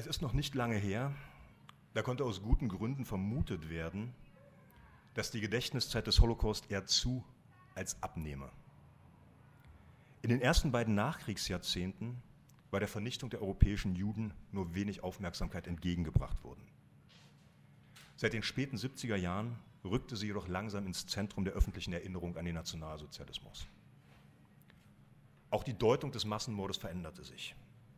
Es ist noch nicht lange her, da konnte aus guten Gründen vermutet werden, dass die Gedächtniszeit des Holocaust eher zu als abnehme. In den ersten beiden Nachkriegsjahrzehnten war der Vernichtung der europäischen Juden nur wenig Aufmerksamkeit entgegengebracht worden. Seit den späten 70er Jahren rückte sie jedoch langsam ins Zentrum der öffentlichen Erinnerung an den Nationalsozialismus. Auch die Deutung des Massenmordes veränderte sich.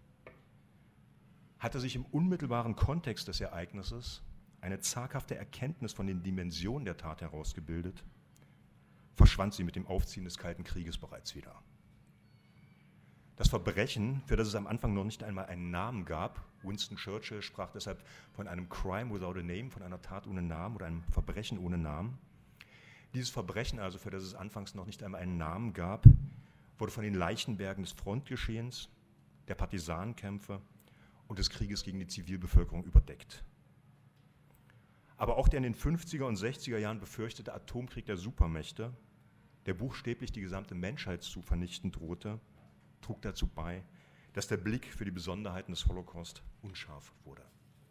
Hatte sich im unmittelbaren Kontext des Ereignisses eine zaghafte Erkenntnis von den Dimensionen der Tat herausgebildet, verschwand sie mit dem Aufziehen des Kalten Krieges bereits wieder. Das Verbrechen, für das es am Anfang noch nicht einmal einen Namen gab, Winston Churchill sprach deshalb von einem Crime without a name, von einer Tat ohne Namen oder einem Verbrechen ohne Namen. Dieses Verbrechen also, für das es anfangs noch nicht einmal einen Namen gab, wurde von den Leichenbergen des Frontgeschehens, der Partisanenkämpfe und des Krieges gegen die Zivilbevölkerung überdeckt. Aber auch der in den 50er und 60er Jahren befürchtete Atomkrieg der Supermächte, der buchstäblich die gesamte Menschheit zu vernichten drohte, trug dazu bei, dass der Blick für die Besonderheiten des Holocaust unscharf wurde.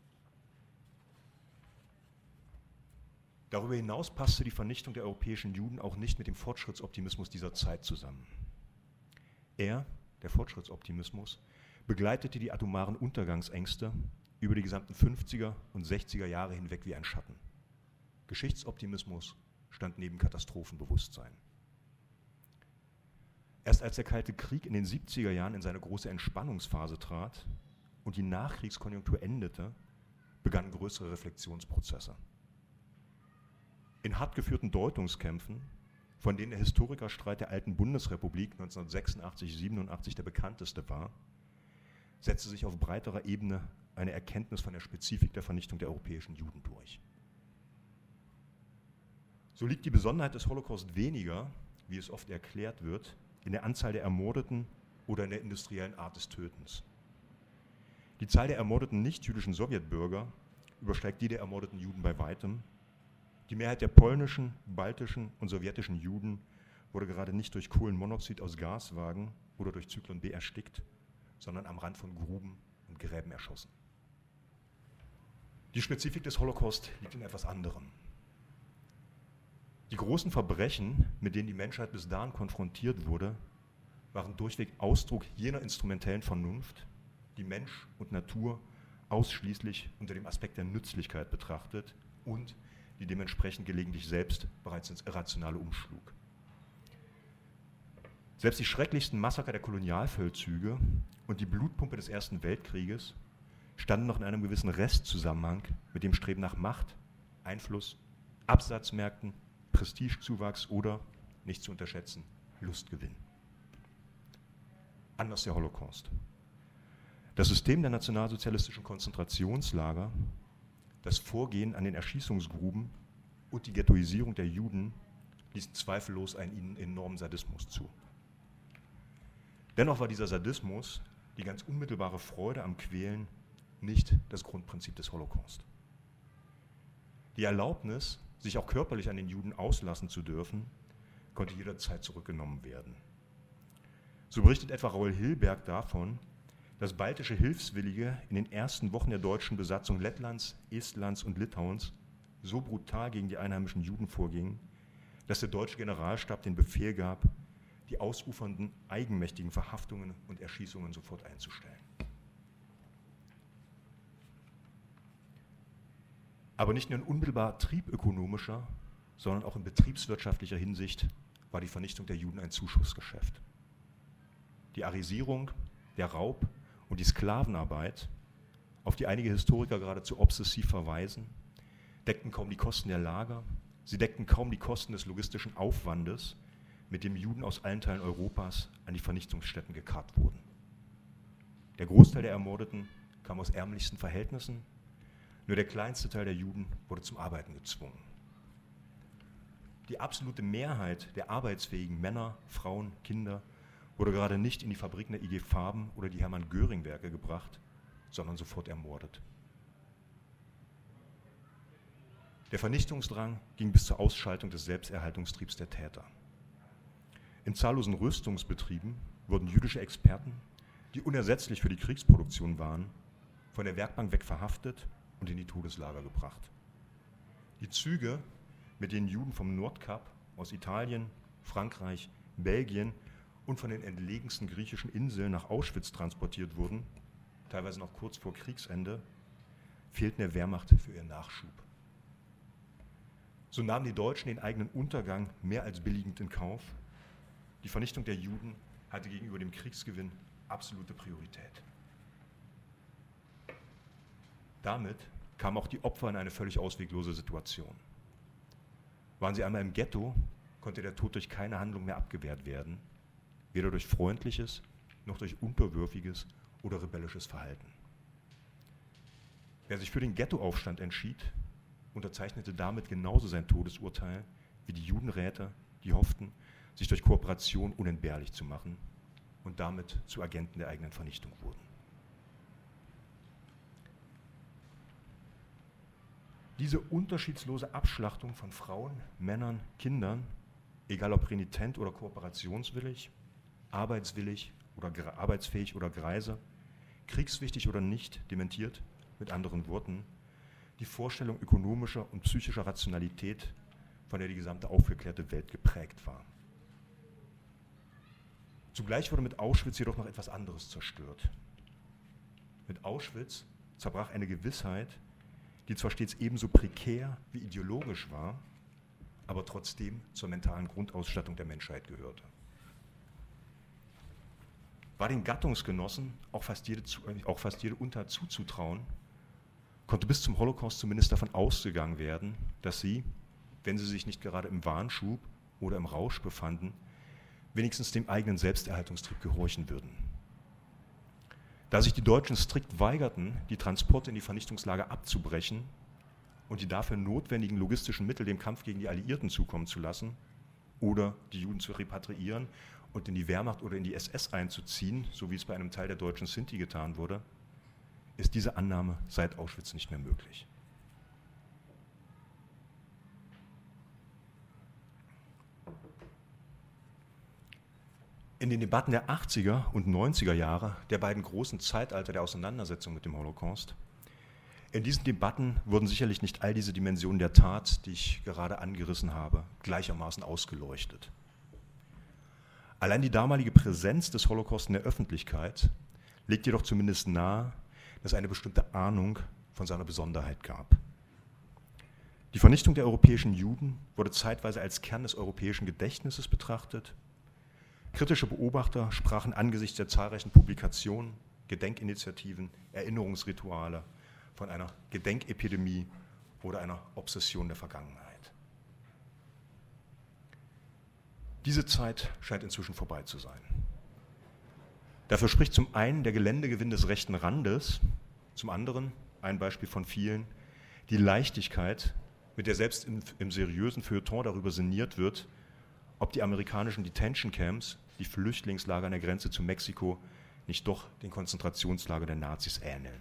Darüber hinaus passte die Vernichtung der europäischen Juden auch nicht mit dem Fortschrittsoptimismus dieser Zeit zusammen. Der Fortschrittsoptimismus, begleitete die atomaren Untergangsängste über die gesamten 50er und 60er Jahre hinweg wie ein Schatten. Geschichtsoptimismus stand neben Katastrophenbewusstsein. Erst als der Kalte Krieg in den 70er Jahren in seine große Entspannungsphase trat und die Nachkriegskonjunktur endete, begannen größere Reflexionsprozesse. In hart geführten Deutungskämpfen, von denen der Historikerstreit der alten Bundesrepublik 1986-87 der bekannteste war, setzte sich auf breiterer Ebene eine Erkenntnis von der Spezifik der Vernichtung der europäischen Juden durch. So liegt die Besonderheit des Holocaust weniger, wie es oft erklärt wird, in der Anzahl der Ermordeten oder in der industriellen Art des Tötens. Die Zahl der ermordeten nicht-jüdischen Sowjetbürger übersteigt die der ermordeten Juden bei weitem. Die Mehrheit der polnischen, baltischen und sowjetischen Juden wurde gerade nicht durch Kohlenmonoxid aus Gaswagen oder durch Zyklon B erstickt, sondern am Rand von Gruben und Gräben erschossen. Die Spezifik des Holocaust liegt in etwas anderem. Die großen Verbrechen, mit denen die Menschheit bis dahin konfrontiert wurde, waren durchweg Ausdruck jener instrumentellen Vernunft, die Mensch und Natur ausschließlich unter dem Aspekt der Nützlichkeit betrachtet und die dementsprechend gelegentlich selbst bereits ins Irrationale umschlug. Selbst die schrecklichsten Massaker der Kolonialfeldzüge und die Blutpumpe des Ersten Weltkrieges standen noch in einem gewissen Restzusammenhang mit dem Streben nach Macht, Einfluss, Absatzmärkten, Prestigezuwachs oder, nicht zu unterschätzen, Lustgewinn. Anders der Holocaust. Das System der nationalsozialistischen Konzentrationslager, das Vorgehen an den Erschießungsgruben und die Ghettoisierung der Juden ließen zweifellos einen ihnen enormen Sadismus zu. Dennoch war dieser Sadismus, die ganz unmittelbare Freude am Quälen, nicht das Grundprinzip des Holocaust. Die Erlaubnis, sich auch körperlich an den Juden auslassen zu dürfen, konnte jederzeit zurückgenommen werden. So berichtet etwa Raoul Hilberg davon, dass baltische Hilfswillige in den ersten Wochen der deutschen Besatzung Lettlands, Estlands und Litauens so brutal gegen die einheimischen Juden vorgingen, dass der deutsche Generalstab den Befehl gab, die ausufernden, eigenmächtigen Verhaftungen und Erschießungen sofort einzustellen. Aber nicht nur in unmittelbar triebökonomischer, sondern auch in betriebswirtschaftlicher Hinsicht war die Vernichtung der Juden ein Zuschussgeschäft. Die Arisierung, der Raub und die Sklavenarbeit, auf die einige Historiker geradezu obsessiv verweisen, deckten kaum die Kosten der Lager, sie deckten kaum die Kosten des logistischen Aufwandes, mit dem Juden aus allen Teilen Europas an die Vernichtungsstätten gekarrt wurden. Der Großteil der Ermordeten kam aus ärmlichsten Verhältnissen, nur der kleinste Teil der Juden wurde zum Arbeiten gezwungen. Die absolute Mehrheit der arbeitsfähigen Männer, Frauen, Kinder wurde gerade nicht in die Fabriken der IG Farben oder die Hermann-Göring-Werke gebracht, sondern sofort ermordet. Der Vernichtungsdrang ging bis zur Ausschaltung des Selbsterhaltungstriebs der Täter. In zahllosen Rüstungsbetrieben wurden jüdische Experten, die unersetzlich für die Kriegsproduktion waren, von der Werkbank weg verhaftet und in die Todeslager gebracht. Die Züge, mit denen Juden vom Nordkap aus Italien, Frankreich, Belgien und von den entlegensten griechischen Inseln nach Auschwitz transportiert wurden, teilweise noch kurz vor Kriegsende, fehlten der Wehrmacht für ihren Nachschub. So nahmen die Deutschen den eigenen Untergang mehr als billigend in Kauf. Die Vernichtung der Juden hatte gegenüber dem Kriegsgewinn absolute Priorität. Damit kamen auch die Opfer in eine völlig ausweglose Situation. Waren sie einmal im Ghetto, konnte der Tod durch keine Handlung mehr abgewehrt werden, weder durch freundliches noch durch unterwürfiges oder rebellisches Verhalten. Wer sich für den Ghettoaufstand entschied, unterzeichnete damit genauso sein Todesurteil wie die Judenräte, die hofften, sich durch Kooperation unentbehrlich zu machen und damit zu Agenten der eigenen Vernichtung wurden. Diese unterschiedslose Abschlachtung von Frauen, Männern, Kindern, egal ob renitent oder kooperationswillig, arbeitswillig oder arbeitsfähig oder greise, kriegswichtig oder nicht, dementiert mit anderen Worten die Vorstellung ökonomischer und psychischer Rationalität, von der die gesamte aufgeklärte Welt geprägt war. Zugleich wurde mit Auschwitz jedoch noch etwas anderes zerstört. Mit Auschwitz zerbrach eine Gewissheit, die zwar stets ebenso prekär wie ideologisch war, aber trotzdem zur mentalen Grundausstattung der Menschheit gehörte. War den Gattungsgenossen auch fast jede Untat zuzutrauen, konnte bis zum Holocaust zumindest davon ausgegangen werden, dass sie, wenn sie sich nicht gerade im Wahnschub oder im Rausch befanden, wenigstens dem eigenen Selbsterhaltungstrieb gehorchen würden. Da sich die Deutschen strikt weigerten, die Transporte in die Vernichtungslager abzubrechen und die dafür notwendigen logistischen Mittel dem Kampf gegen die Alliierten zukommen zu lassen oder die Juden zu repatriieren und in die Wehrmacht oder in die SS einzuziehen, so wie es bei einem Teil der deutschen Sinti getan wurde, ist diese Annahme seit Auschwitz nicht mehr möglich. In den Debatten der 80er und 90er Jahre, der beiden großen Zeitalter der Auseinandersetzung mit dem Holocaust, in diesen Debatten wurden sicherlich nicht all diese Dimensionen der Tat, die ich gerade angerissen habe, gleichermaßen ausgeleuchtet. Allein die damalige Präsenz des Holocaust in der Öffentlichkeit legt jedoch zumindest nahe, dass es eine bestimmte Ahnung von seiner Besonderheit gab. Die Vernichtung der europäischen Juden wurde zeitweise als Kern des europäischen Gedächtnisses betrachtet. Kritische Beobachter sprachen angesichts der zahlreichen Publikationen, Gedenkinitiativen, Erinnerungsrituale von einer Gedenkepidemie oder einer Obsession der Vergangenheit. Diese Zeit scheint inzwischen vorbei zu sein. Dafür spricht zum einen der Geländegewinn des rechten Randes, zum anderen, ein Beispiel von vielen, die Leichtigkeit, mit der selbst im seriösen Feuilleton darüber sinniert wird, ob die amerikanischen Detention Camps, die Flüchtlingslager an der Grenze zu Mexiko, nicht doch den Konzentrationslager der Nazis ähneln.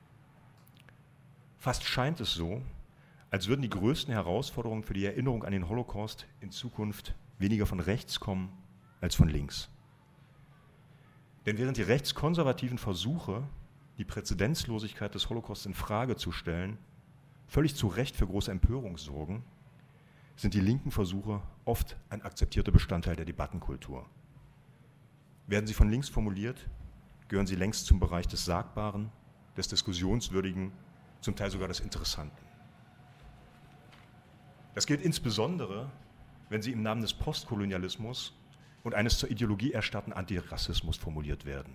Fast scheint es so, als würden die größten Herausforderungen für die Erinnerung an den Holocaust in Zukunft weniger von rechts kommen als von links. Denn während die rechtskonservativen Versuche, die Präzedenzlosigkeit des Holocaust in Frage zu stellen, völlig zu Recht für große Empörung sorgen, sind die linken Versuche oft ein akzeptierter Bestandteil der Debattenkultur. Werden sie von links formuliert, gehören sie längst zum Bereich des Sagbaren, des Diskussionswürdigen, zum Teil sogar des Interessanten. Das gilt insbesondere, wenn sie im Namen des Postkolonialismus und eines zur Ideologie erstarrten Antirassismus formuliert werden.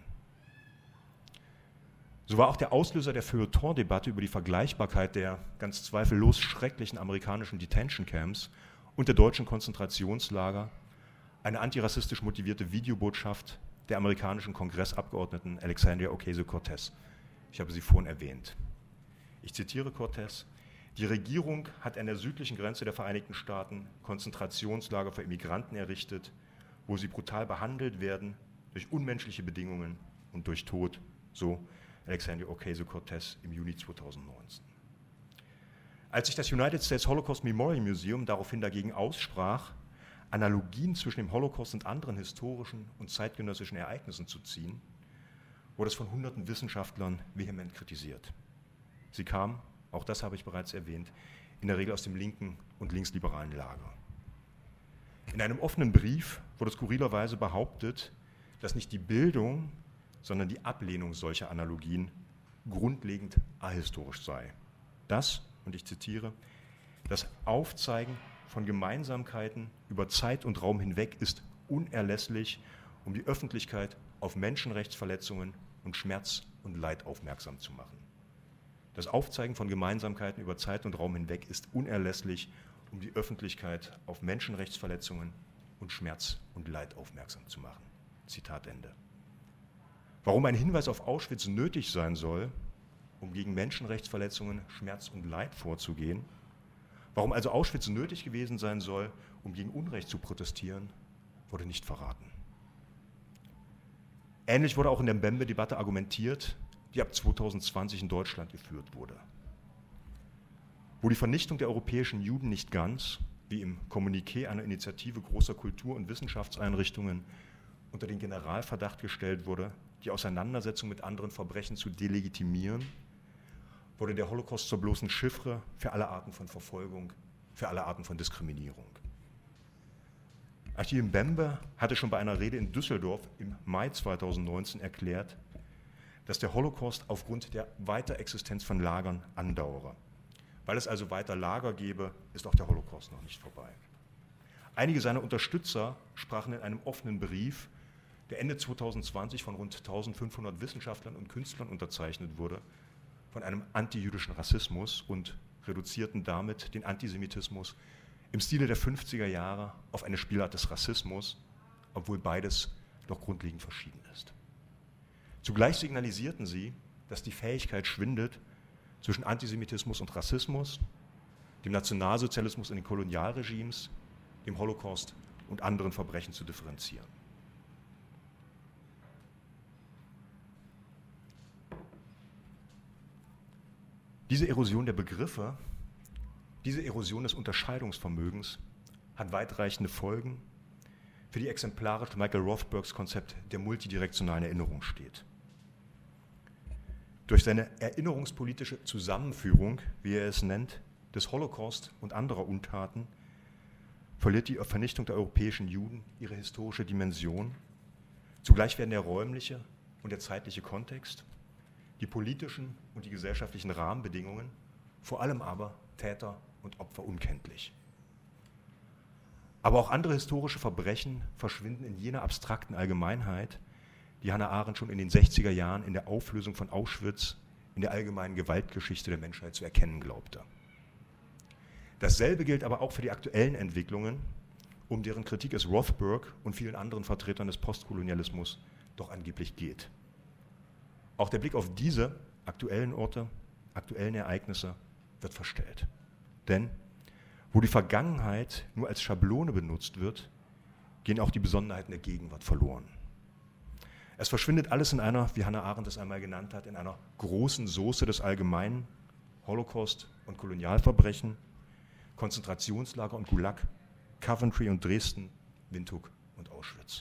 So war auch der Auslöser der Feuilleton-Debatte über die Vergleichbarkeit der ganz zweifellos schrecklichen amerikanischen Detention Camps und der deutschen Konzentrationslager eine antirassistisch motivierte Videobotschaft der amerikanischen Kongressabgeordneten Alexandria Ocasio-Cortez. Ich habe sie vorhin erwähnt. Ich zitiere Cortez: Die Regierung hat an der südlichen Grenze der Vereinigten Staaten Konzentrationslager für Immigranten errichtet, wo sie brutal behandelt werden durch unmenschliche Bedingungen und durch Tod, so Alexandria Ocasio-Cortez im Juni 2019. Als sich das United States Holocaust Memorial Museum daraufhin dagegen aussprach, Analogien zwischen dem Holocaust und anderen historischen und zeitgenössischen Ereignissen zu ziehen, wurde es von hunderten Wissenschaftlern vehement kritisiert. Sie kam, auch das habe ich bereits erwähnt, in der Regel aus dem linken und linksliberalen Lager. In einem offenen Brief wurde skurrilerweise behauptet, dass nicht die Bildung, sondern die Ablehnung solcher Analogien grundlegend ahistorisch sei. Das, und ich zitiere, das Aufzeigen von Gemeinsamkeiten über Zeit und Raum hinweg ist unerlässlich, um die Öffentlichkeit auf Menschenrechtsverletzungen und Schmerz und Leid aufmerksam zu machen. Das Aufzeigen von Gemeinsamkeiten über Zeit und Raum hinweg ist unerlässlich, um die Öffentlichkeit auf Menschenrechtsverletzungen und Schmerz und Leid aufmerksam zu machen. Zitat Ende. Warum ein Hinweis auf Auschwitz nötig sein soll, um gegen Menschenrechtsverletzungen, Schmerz und Leid vorzugehen, warum also Auschwitz nötig gewesen sein soll, um gegen Unrecht zu protestieren, wurde nicht verraten. Ähnlich wurde auch in der Mbembe-Debatte argumentiert, die ab 2020 in Deutschland geführt wurde. Wo die Vernichtung der europäischen Juden nicht ganz, wie im Kommuniqué einer Initiative großer Kultur- und Wissenschaftseinrichtungen, unter den Generalverdacht gestellt wurde, die Auseinandersetzung mit anderen Verbrechen zu delegitimieren, wurde der Holocaust zur bloßen Chiffre für alle Arten von Verfolgung, für alle Arten von Diskriminierung. Achille Mbembe hatte schon bei einer Rede in Düsseldorf im Mai 2019 erklärt, dass der Holocaust aufgrund der Weiterexistenz von Lagern andauere. Weil es also weiter Lager gebe, ist auch der Holocaust noch nicht vorbei. Einige seiner Unterstützer sprachen in einem offenen Brief, der Ende 2020 von rund 1500 Wissenschaftlern und Künstlern unterzeichnet wurde, von einem antijüdischen Rassismus und reduzierten damit den Antisemitismus im Stile der 50er Jahre auf eine Spielart des Rassismus, obwohl beides doch grundlegend verschieden ist. Zugleich signalisierten sie, dass die Fähigkeit schwindet, zwischen Antisemitismus und Rassismus, dem Nationalsozialismus in den Kolonialregimes, dem Holocaust und anderen Verbrechen zu differenzieren. Diese Erosion der Begriffe, diese Erosion des Unterscheidungsvermögens hat weitreichende Folgen, für die exemplarisch Michael Rothbergs Konzept der multidirektionalen Erinnerung steht. Durch seine erinnerungspolitische Zusammenführung, wie er es nennt, des Holocaust und anderer Untaten, verliert die Vernichtung der europäischen Juden ihre historische Dimension. Zugleich werden der räumliche und der zeitliche Kontext, die politischen und die gesellschaftlichen Rahmenbedingungen, vor allem aber Täter und Opfer unkenntlich. Aber auch andere historische Verbrechen verschwinden in jener abstrakten Allgemeinheit, die Hannah Arendt schon in den 60er Jahren in der Auflösung von Auschwitz in der allgemeinen Gewaltgeschichte der Menschheit zu erkennen glaubte. Dasselbe gilt aber auch für die aktuellen Entwicklungen, um deren Kritik es Rothberg und vielen anderen Vertretern des Postkolonialismus doch angeblich geht. Auch der Blick auf diese aktuellen Orte, aktuellen Ereignisse wird verstellt. Denn wo die Vergangenheit nur als Schablone benutzt wird, gehen auch die Besonderheiten der Gegenwart verloren. Es verschwindet alles in einer, wie Hannah Arendt es einmal genannt hat, in einer großen Soße des Allgemeinen, Holocaust und Kolonialverbrechen, Konzentrationslager und Gulag, Coventry und Dresden, Windhoek und Auschwitz.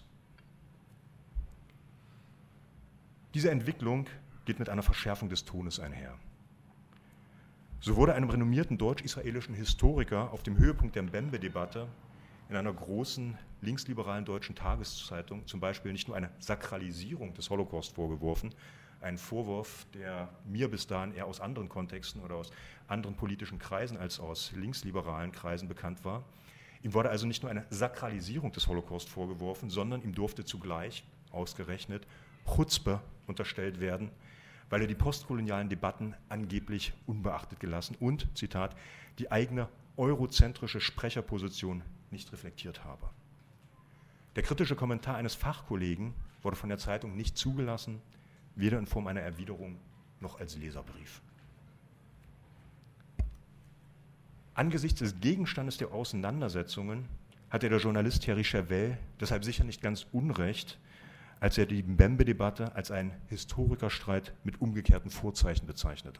Diese Entwicklung geht mit einer Verschärfung des Tones einher. So wurde einem renommierten deutsch-israelischen Historiker auf dem Höhepunkt der Mbembe-Debatte in einer großen linksliberalen deutschen Tageszeitung zum Beispiel nicht nur eine Sakralisierung des Holocaust vorgeworfen, ein Vorwurf, der mir bis dahin eher aus anderen Kontexten oder aus anderen politischen Kreisen als aus linksliberalen Kreisen bekannt war. Ihm wurde also nicht nur eine Sakralisierung des Holocaust vorgeworfen, sondern ihm durfte zugleich, ausgerechnet, Chutzpe unterstellt werden, weil er die postkolonialen Debatten angeblich unbeachtet gelassen und, Zitat, die eigene eurozentrische Sprecherposition nicht reflektiert habe. Der kritische Kommentar eines Fachkollegen wurde von der Zeitung nicht zugelassen, weder in Form einer Erwiderung noch als Leserbrief. Angesichts des Gegenstandes der Auseinandersetzungen hatte der Journalist Thierry Chauvel deshalb sicher nicht ganz unrecht, als er die Mbembe-Debatte als einen Historikerstreit mit umgekehrten Vorzeichen bezeichnete.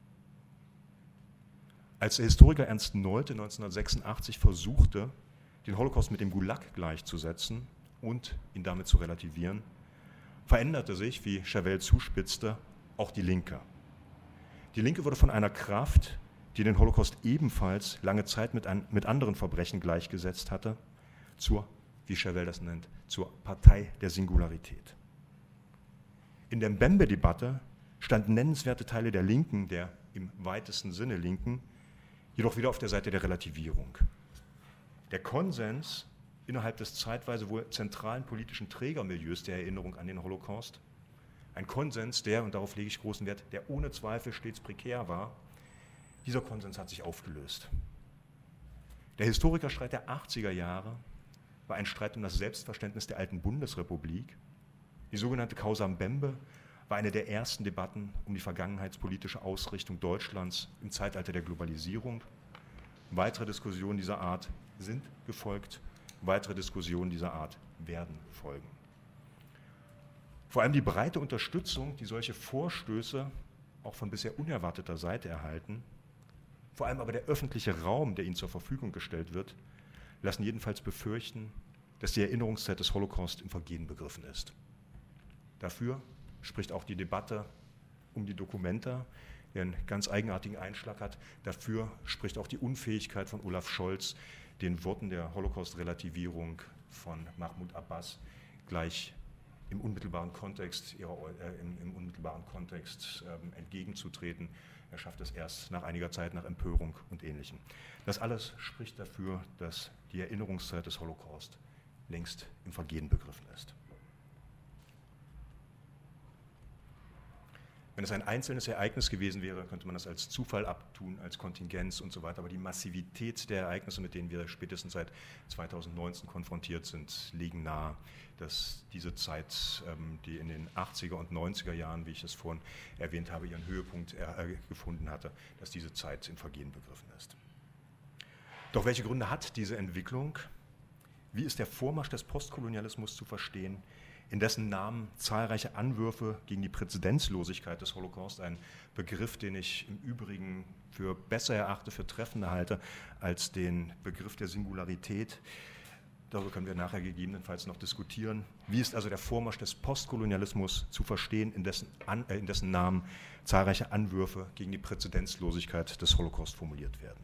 Als der Historiker Ernst Nolte 1986 versuchte, den Holocaust mit dem Gulag gleichzusetzen und ihn damit zu relativieren, veränderte sich, wie Chevelle zuspitzte, auch die Linke. Die Linke wurde von einer Kraft, die den Holocaust ebenfalls lange Zeit mit anderen Verbrechen gleichgesetzt hatte, zur, wie Chevelle das nennt, zur Partei der Singularität. In der Mbembe-Debatte standen nennenswerte Teile der Linken, der im weitesten Sinne Linken, jedoch wieder auf der Seite der Relativierung. Der Konsens innerhalb des zeitweise wohl zentralen politischen Trägermilieus der Erinnerung an den Holocaust, ein Konsens, der, und darauf lege ich großen Wert, der ohne Zweifel stets prekär war, dieser Konsens hat sich aufgelöst. Der Historikerstreit der 80er Jahre war ein Streit um das Selbstverständnis der alten Bundesrepublik. Die sogenannte Causa Mbembe war eine der ersten Debatten um die vergangenheitspolitische Ausrichtung Deutschlands im Zeitalter der Globalisierung. Weitere Diskussionen dieser Art sind gefolgt, weitere Diskussionen dieser Art werden folgen. Vor allem die breite Unterstützung, die solche Vorstöße auch von bisher unerwarteter Seite erhalten, vor allem aber der öffentliche Raum, der ihnen zur Verfügung gestellt wird, lassen jedenfalls befürchten, dass die Erinnerungszeit des Holocaust im Vergehen begriffen ist. Dafür spricht auch die Debatte um die Documenta, die einen ganz eigenartigen Einschlag hat. Dafür spricht auch die Unfähigkeit von Olaf Scholz, den Worten der Holocaust-Relativierung von Mahmoud Abbas gleich im unmittelbaren Kontext, entgegenzutreten. Er schafft es erst nach einiger Zeit, nach Empörung und Ähnlichem. Das alles spricht dafür, dass die Erinnerungszeit des Holocaust längst im Vergehen begriffen ist. Wenn es ein einzelnes Ereignis gewesen wäre, könnte man das als Zufall abtun, als Kontingenz und so weiter. Aber die Massivität der Ereignisse, mit denen wir spätestens seit 2019 konfrontiert sind, legen nahe, dass diese Zeit, die in den 80er und 90er Jahren, wie ich es vorhin erwähnt habe, ihren Höhepunkt gefunden hatte, dass diese Zeit im Vergehen begriffen ist. Doch welche Gründe hat diese Entwicklung? Wie ist der Vormarsch des Postkolonialismus zu verstehen, in dessen Namen zahlreiche Anwürfe gegen die Präzedenzlosigkeit des Holocaust, ein Begriff, den ich im Übrigen für besser erachte, für treffender halte, als den Begriff der Singularität. Darüber können wir nachher gegebenenfalls noch diskutieren. Wie ist also der Vormarsch des Postkolonialismus zu verstehen, in dessen Namen zahlreiche Anwürfe gegen die Präzedenzlosigkeit des Holocaust formuliert werden?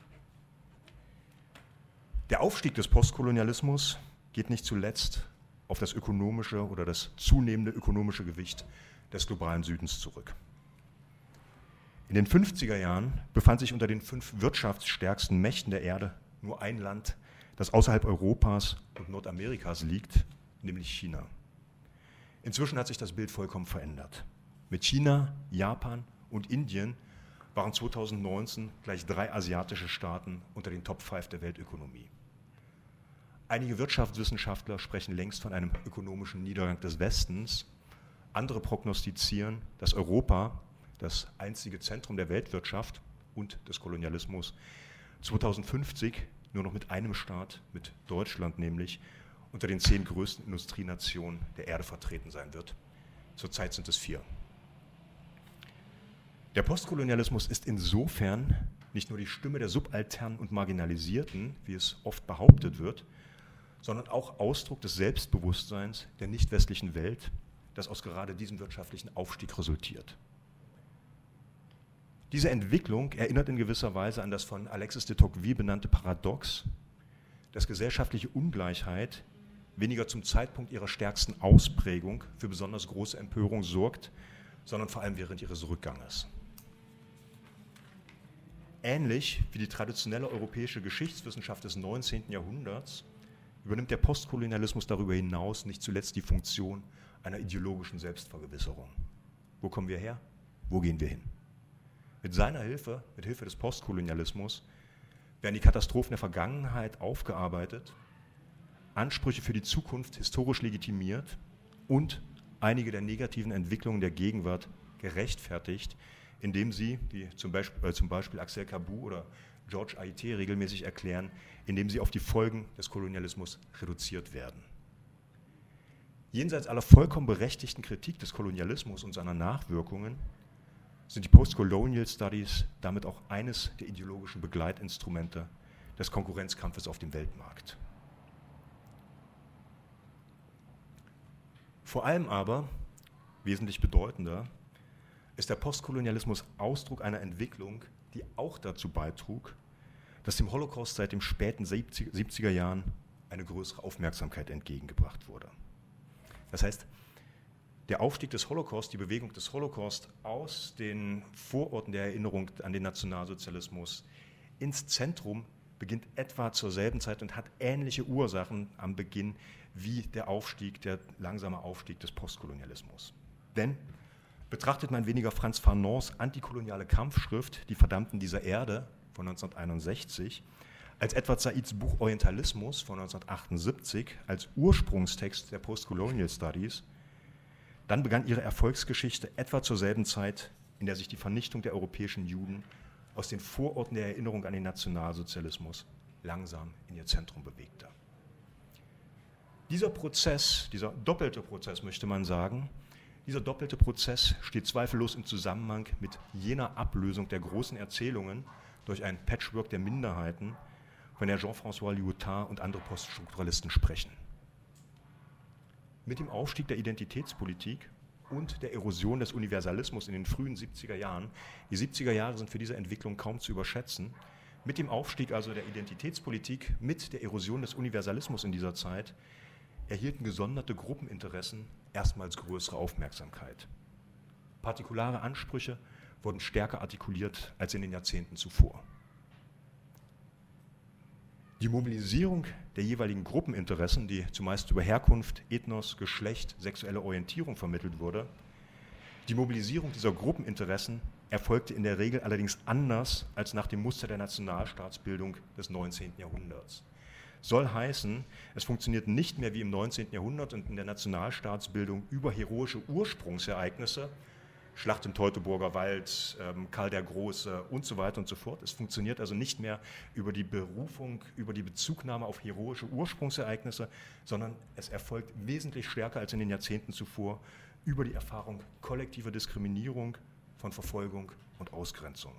Der Aufstieg des Postkolonialismus geht nicht zuletzt auf das ökonomische oder das zunehmende ökonomische Gewicht des globalen Südens zurück. In den 50er Jahren befand sich unter den 5 wirtschaftsstärksten Mächten der Erde nur ein Land, das außerhalb Europas und Nordamerikas liegt, nämlich China. Inzwischen hat sich das Bild vollkommen verändert. Mit China, Japan und Indien waren 2019 gleich 3 asiatische Staaten unter den Top 5 der Weltökonomie. Einige Wirtschaftswissenschaftler sprechen längst von einem ökonomischen Niedergang des Westens. Andere prognostizieren, dass Europa, das einzige Zentrum der Weltwirtschaft und des Kolonialismus, 2050 nur noch mit einem Staat, mit Deutschland nämlich, unter den 10 größten Industrienationen der Erde vertreten sein wird. Zurzeit sind es 4. Der Postkolonialismus ist insofern nicht nur die Stimme der Subalternen und Marginalisierten, wie es oft behauptet wird, sondern auch Ausdruck des Selbstbewusstseins der nicht-westlichen Welt, das aus gerade diesem wirtschaftlichen Aufstieg resultiert. Diese Entwicklung erinnert in gewisser Weise an das von Alexis de Tocqueville benannte Paradox, dass gesellschaftliche Ungleichheit weniger zum Zeitpunkt ihrer stärksten Ausprägung für besonders große Empörung sorgt, sondern vor allem während ihres Rückganges. Ähnlich wie die traditionelle europäische Geschichtswissenschaft des 19. Jahrhunderts übernimmt der Postkolonialismus darüber hinaus nicht zuletzt die Funktion einer ideologischen Selbstvergewisserung. Wo kommen wir her? Wo gehen wir hin? Mit seiner Hilfe, mit Hilfe des Postkolonialismus, werden die Katastrophen der Vergangenheit aufgearbeitet, Ansprüche für die Zukunft historisch legitimiert und einige der negativen Entwicklungen der Gegenwart gerechtfertigt, indem sie, wie zum Beispiel Axel Kabou oder George Aïté regelmäßig erklären, indem sie auf die Folgen des Kolonialismus reduziert werden. Jenseits aller vollkommen berechtigten Kritik des Kolonialismus und seiner Nachwirkungen sind die Postcolonial Studies damit auch eines der ideologischen Begleitinstrumente des Konkurrenzkampfes auf dem Weltmarkt. Vor allem aber, wesentlich bedeutender, ist der Postkolonialismus Ausdruck einer Entwicklung, die auch dazu beitrug, dass dem Holocaust seit den späten 70er Jahren eine größere Aufmerksamkeit entgegengebracht wurde. Das heißt, der Aufstieg des Holocaust, die Bewegung des Holocaust aus den Vororten der Erinnerung an den Nationalsozialismus ins Zentrum beginnt etwa zur selben Zeit und hat ähnliche Ursachen am Beginn wie der langsame Aufstieg des Postkolonialismus. Denn betrachtet man weniger Frantz Fanons antikoloniale Kampfschrift Die Verdammten dieser Erde von 1961 als etwa Saids Buch Orientalismus von 1978 als Ursprungstext der Postcolonial Studies, dann begann ihre Erfolgsgeschichte etwa zur selben Zeit, in der sich die Vernichtung der europäischen Juden aus den Vororten der Erinnerung an den Nationalsozialismus langsam in ihr Zentrum bewegte. Dieser Prozess, dieser doppelte Prozess, möchte man sagen, dieser doppelte Prozess steht zweifellos im Zusammenhang mit jener Ablösung der großen Erzählungen durch ein Patchwork der Minderheiten, von der Jean-François Lyotard und andere Poststrukturalisten sprechen. Mit dem Aufstieg der Identitätspolitik und der Erosion des Universalismus in den frühen 70er Jahren, die 70er Jahre sind für diese Entwicklung kaum zu überschätzen, mit dem Aufstieg also der Identitätspolitik, mit der Erosion des Universalismus in dieser Zeit, erhielten gesonderte Gruppeninteressen erstmals größere Aufmerksamkeit. Partikulare Ansprüche wurden stärker artikuliert als in den Jahrzehnten zuvor. Die Mobilisierung der jeweiligen Gruppeninteressen, die zumeist über Herkunft, Ethnos, Geschlecht, sexuelle Orientierung vermittelt wurde, die Mobilisierung dieser Gruppeninteressen erfolgte in der Regel allerdings anders als nach dem Muster der Nationalstaatsbildung des 19. Jahrhunderts. Soll heißen, es funktioniert nicht mehr wie im 19. Jahrhundert und in der Nationalstaatsbildung über heroische Ursprungsereignisse, Schlacht im Teutoburger Wald, Karl der Große und so weiter und so fort. Es funktioniert also nicht mehr über die Berufung, über die Bezugnahme auf heroische Ursprungsereignisse, sondern es erfolgt wesentlich stärker als in den Jahrzehnten zuvor über die Erfahrung kollektiver Diskriminierung, von Verfolgung und Ausgrenzung.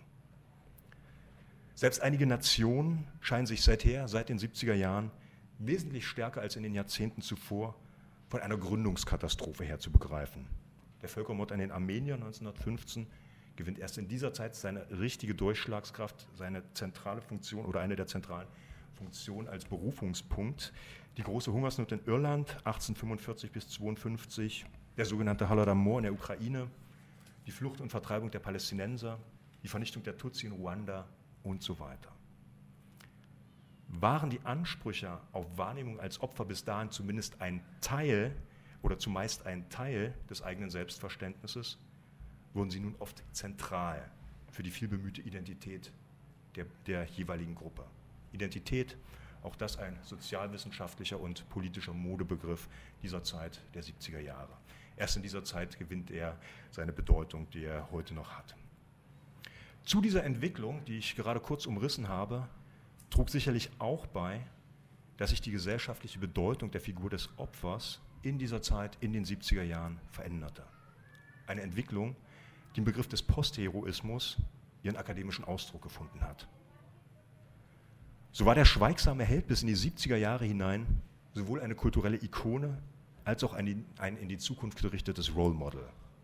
Selbst einige Nationen scheinen sich seit den 70er Jahren, wesentlich stärker als in den Jahrzehnten zuvor von einer Gründungskatastrophe her zu begreifen. Der Völkermord an den Armeniern 1915 gewinnt erst in dieser Zeit seine richtige Durchschlagskraft, seine zentrale Funktion oder eine der zentralen Funktionen als Berufungspunkt. Die große Hungersnot in Irland 1845 bis 1852, der sogenannte Holodomor in der Ukraine, die Flucht und Vertreibung der Palästinenser, die Vernichtung der Tutsi in Ruanda und so weiter. Waren die Ansprüche auf Wahrnehmung als Opfer bis dahin zumindest ein Teil oder zumeist ein Teil des eigenen Selbstverständnisses, wurden sie nun oft zentral für die vielbemühte Identität der jeweiligen Gruppe. Identität, auch das ein sozialwissenschaftlicher und politischer Modebegriff dieser Zeit der 70er Jahre. Erst in dieser Zeit gewinnt er seine Bedeutung, die er heute noch hat. Zu dieser Entwicklung, die ich gerade kurz umrissen habe, trug sicherlich auch bei, dass sich die gesellschaftliche Bedeutung der Figur des Opfers in dieser Zeit, in den 70er Jahren, veränderte. Eine Entwicklung, die im Begriff des Postheroismus ihren akademischen Ausdruck gefunden hat. So war der schweigsame Held bis in die 70er Jahre hinein sowohl eine kulturelle Ikone als auch ein in die Zukunft gerichtetes Role Model.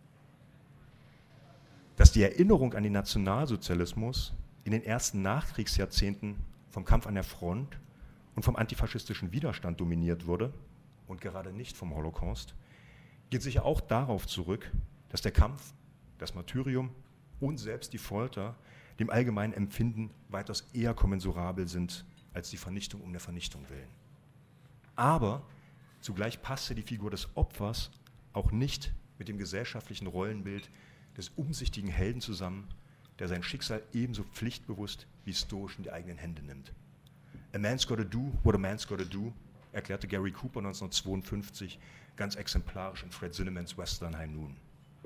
Dass die Erinnerung an den Nationalsozialismus in den ersten Nachkriegsjahrzehnten vom Kampf an der Front und vom antifaschistischen Widerstand dominiert wurde, und gerade nicht vom Holocaust, geht sicher auch darauf zurück, dass der Kampf, das Martyrium und selbst die Folter dem allgemeinen Empfinden weitaus eher kommensurabel sind als die Vernichtung um der Vernichtung willen. Aber zugleich passte die Figur des Opfers auch nicht mit dem gesellschaftlichen Rollenbild des umsichtigen Helden zusammen, der sein Schicksal ebenso pflichtbewusst wie stoisch in die eigenen Hände nimmt. A man's gotta do what a man's gotta do, erklärte Gary Cooper 1952 ganz exemplarisch in Fred Zinnemans Western High Noon.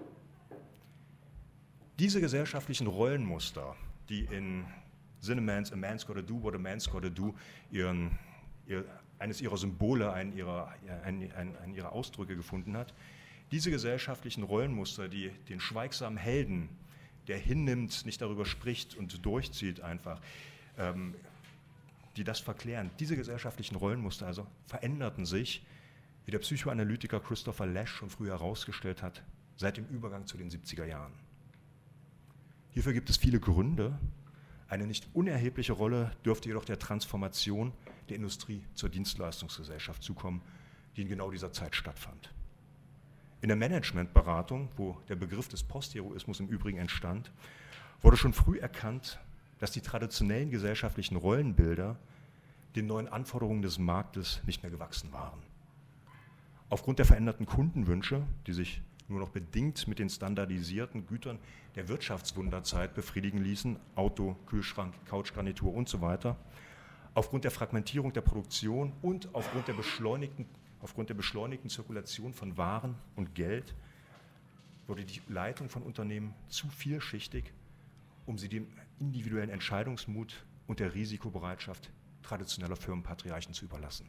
Diese gesellschaftlichen Rollenmuster, die in Zinnemans A Man's Gotta Do What a Man's Gotta Do eines ihrer Symbole, einen ihrer Ausdrücke gefunden hat, diese gesellschaftlichen Rollenmuster, die den schweigsamen Helden, der hinnimmt, nicht darüber spricht und durchzieht einfach, die das verklären. Diese gesellschaftlichen Rollenmuster also veränderten sich wie der Psychoanalytiker Christopher Lasch schon früher herausgestellt hat, seit dem Übergang zu den 70er Jahren. Hierfür gibt es viele Gründe. Eine nicht unerhebliche Rolle dürfte jedoch der Transformation der Industrie zur Dienstleistungsgesellschaft zukommen, die in genau dieser Zeit stattfand. In der Managementberatung, wo der Begriff des Postheroismus im Übrigen entstand, wurde schon früh erkannt, dass die traditionellen gesellschaftlichen Rollenbilder den neuen Anforderungen des Marktes nicht mehr gewachsen waren. Aufgrund der veränderten Kundenwünsche, die sich nur noch bedingt mit den standardisierten Gütern der Wirtschaftswunderzeit befriedigen ließen, Auto, Kühlschrank, Couchgarnitur und so weiter, aufgrund der Fragmentierung der Produktion und aufgrund der beschleunigten Zirkulation von Waren und Geld, wurde die Leitung von Unternehmen zu vielschichtig, um sie dem individuellen Entscheidungsmut und der Risikobereitschaft traditioneller Firmenpatriarchen zu überlassen.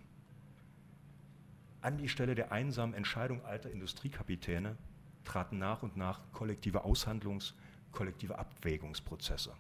An die Stelle der einsamen Entscheidung alter Industriekapitäne traten nach und nach kollektive kollektive Abwägungsprozesse.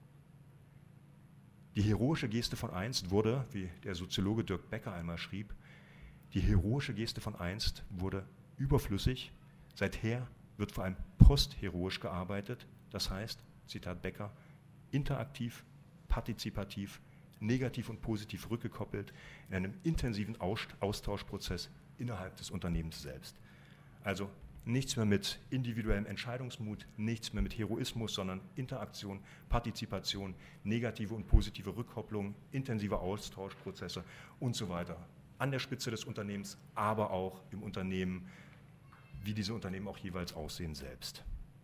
Die heroische Geste von einst wurde, wie der Soziologe Dirk Becker einmal schrieb, die heroische Geste von einst wurde überflüssig, seither wird vor allem postheroisch gearbeitet, das heißt, Zitat Becker, interaktiv, partizipativ, negativ und positiv rückgekoppelt in einem intensiven Austauschprozess innerhalb des Unternehmens selbst. Also nichts mehr mit individuellem Entscheidungsmut, nichts mehr mit Heroismus, sondern Interaktion, Partizipation, negative und positive Rückkopplung, intensive Austauschprozesse und so weiter. An der Spitze des Unternehmens, aber auch im Unternehmen, wie diese Unternehmen auch jeweils aussehen selbst.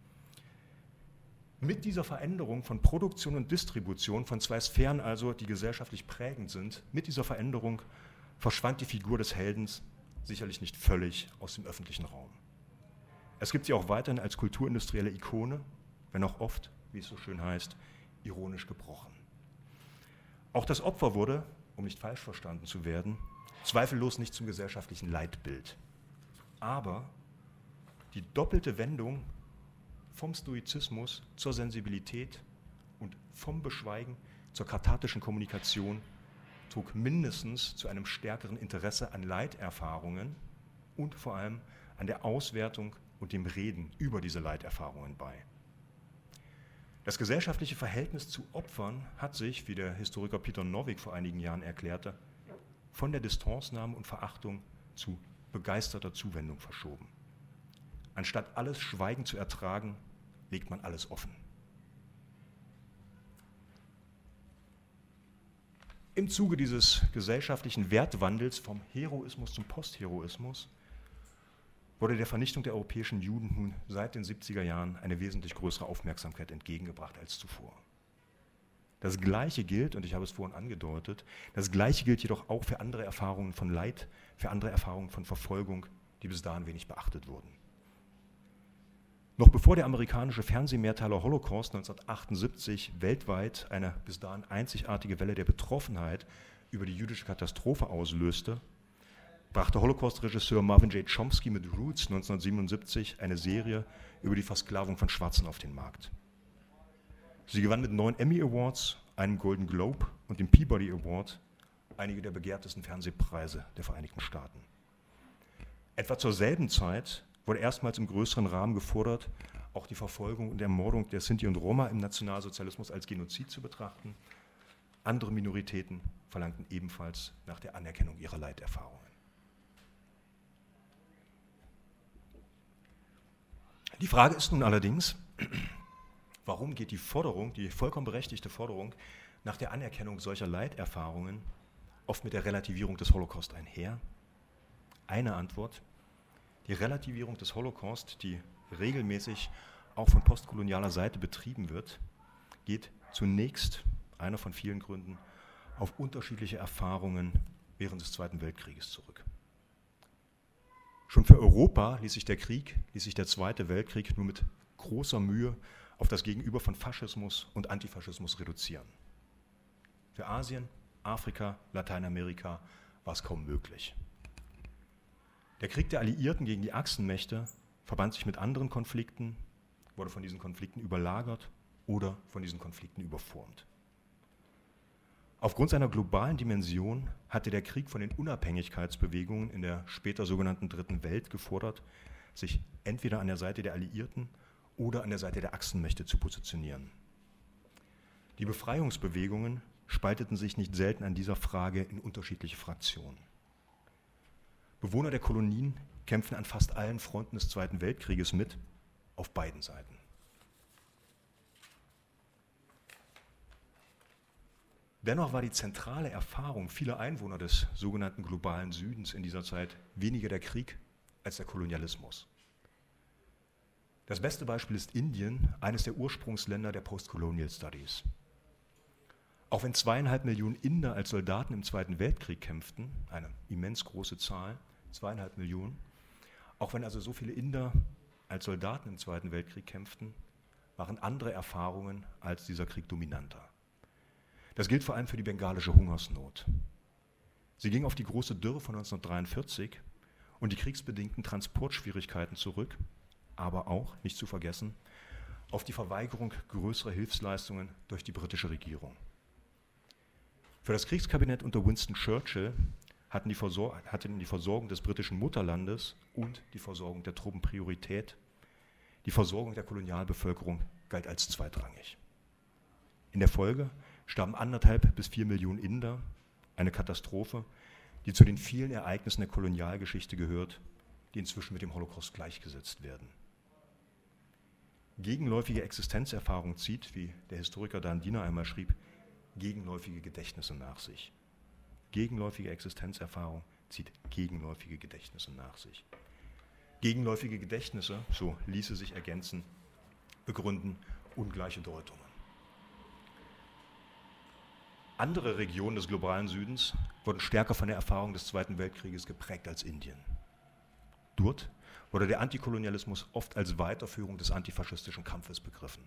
Mit dieser Veränderung von Produktion und Distribution, von zwei Sphären also, die gesellschaftlich prägend sind, mit dieser Veränderung verschwand die Figur des Heldens sicherlich nicht völlig aus dem öffentlichen Raum. Es gibt sie auch weiterhin als kulturindustrielle Ikone, wenn auch oft, wie es so schön heißt, ironisch gebrochen. Auch das Opfer wurde, um nicht falsch verstanden zu werden, zweifellos nicht zum gesellschaftlichen Leitbild. Aber die doppelte Wendung vom Stoizismus zur Sensibilität und vom Beschweigen zur kathartischen Kommunikation trug mindestens zu einem stärkeren Interesse an Leiterfahrungen und vor allem an der Auswertung und dem Reden über diese Leiterfahrungen bei. Das gesellschaftliche Verhältnis zu Opfern hat sich, wie der Historiker Peter Novick vor einigen Jahren erklärte, von der Distanznahme und Verachtung zu begeisterter Zuwendung verschoben. Anstatt alles schweigend zu ertragen, legt man alles offen. Im Zuge dieses gesellschaftlichen Wertwandels vom Heroismus zum Postheroismus wurde der Vernichtung der europäischen Juden nun seit den 70er Jahren eine wesentlich größere Aufmerksamkeit entgegengebracht als zuvor. Das Gleiche gilt, und ich habe es vorhin angedeutet, das Gleiche gilt jedoch auch für andere Erfahrungen von Leid, für andere Erfahrungen von Verfolgung, die bis dahin wenig beachtet wurden. Noch bevor der amerikanische Fernsehmehrteiler Holocaust 1978 weltweit eine bis dahin einzigartige Welle der Betroffenheit über die jüdische Katastrophe auslöste, brachte Holocaust-Regisseur Marvin J. Chomsky mit Roots 1977 eine Serie über die Versklavung von Schwarzen auf den Markt. Sie gewann mit 9 Emmy Awards, einem Golden Globe und dem Peabody Award einige der begehrtesten Fernsehpreise der Vereinigten Staaten. Etwa zur selben Zeit wurde erstmals im größeren Rahmen gefordert, auch die Verfolgung und Ermordung der Sinti und Roma im Nationalsozialismus als Genozid zu betrachten. Andere Minoritäten verlangten ebenfalls nach der Anerkennung ihrer Leiterfahrungen. Die Frage ist nun allerdings, warum geht die Forderung, die vollkommen berechtigte Forderung nach der Anerkennung solcher Leiterfahrungen oft mit der Relativierung des Holocaust einher? Eine Antwort: Die Relativierung des Holocaust, die regelmäßig auch von postkolonialer Seite betrieben wird, geht zunächst, einer von vielen Gründen, auf unterschiedliche Erfahrungen während des Zweiten Weltkrieges zurück. Schon für Europa ließ sich der Zweite Weltkrieg nur mit großer Mühe auf das Gegenüber von Faschismus und Antifaschismus reduzieren. Für Asien, Afrika, Lateinamerika war es kaum möglich. Der Krieg der Alliierten gegen die Achsenmächte verband sich mit anderen Konflikten, wurde von diesen Konflikten überlagert oder von diesen Konflikten überformt. Aufgrund seiner globalen Dimension hatte der Krieg von den Unabhängigkeitsbewegungen in der später sogenannten Dritten Welt gefordert, sich entweder an der Seite der Alliierten oder an der Seite der Achsenmächte zu positionieren. Die Befreiungsbewegungen spalteten sich nicht selten an dieser Frage in unterschiedliche Fraktionen. Bewohner der Kolonien kämpften an fast allen Fronten des Zweiten Weltkrieges mit, auf beiden Seiten. Dennoch war die zentrale Erfahrung vieler Einwohner des sogenannten globalen Südens in dieser Zeit weniger der Krieg als der Kolonialismus. Das beste Beispiel ist Indien, eines der Ursprungsländer der Postcolonial Studies. Auch wenn 2,5 Millionen Inder als Soldaten im Zweiten Weltkrieg kämpften, eine immens große Zahl, 2,5 Millionen, auch wenn also so viele Inder als Soldaten im Zweiten Weltkrieg kämpften, waren andere Erfahrungen als dieser Krieg dominanter. Das gilt vor allem für die bengalische Hungersnot. Sie ging auf die große Dürre von 1943 und die kriegsbedingten Transportschwierigkeiten zurück, aber auch, nicht zu vergessen, auf die Verweigerung größerer Hilfsleistungen durch die britische Regierung. Für das Kriegskabinett unter Winston Churchill hatten die Versorgung des britischen Mutterlandes und die Versorgung der Truppen Priorität. Die Versorgung der Kolonialbevölkerung galt als zweitrangig. In der Folge starben 1,5 bis 4 Millionen Inder, eine Katastrophe, die zu den vielen Ereignissen der Kolonialgeschichte gehört, die inzwischen mit dem Holocaust gleichgesetzt werden. Gegenläufige Existenzerfahrung zieht, wie der Historiker Dan Diener einmal schrieb, gegenläufige Gedächtnisse nach sich. Gegenläufige Existenzerfahrung zieht gegenläufige Gedächtnisse nach sich. Gegenläufige Gedächtnisse, so ließe sich ergänzen, begründen ungleiche Deutungen. Andere Regionen des globalen Südens wurden stärker von der Erfahrung des Zweiten Weltkrieges geprägt als Indien. Dort wurde der Antikolonialismus oft als Weiterführung des antifaschistischen Kampfes begriffen.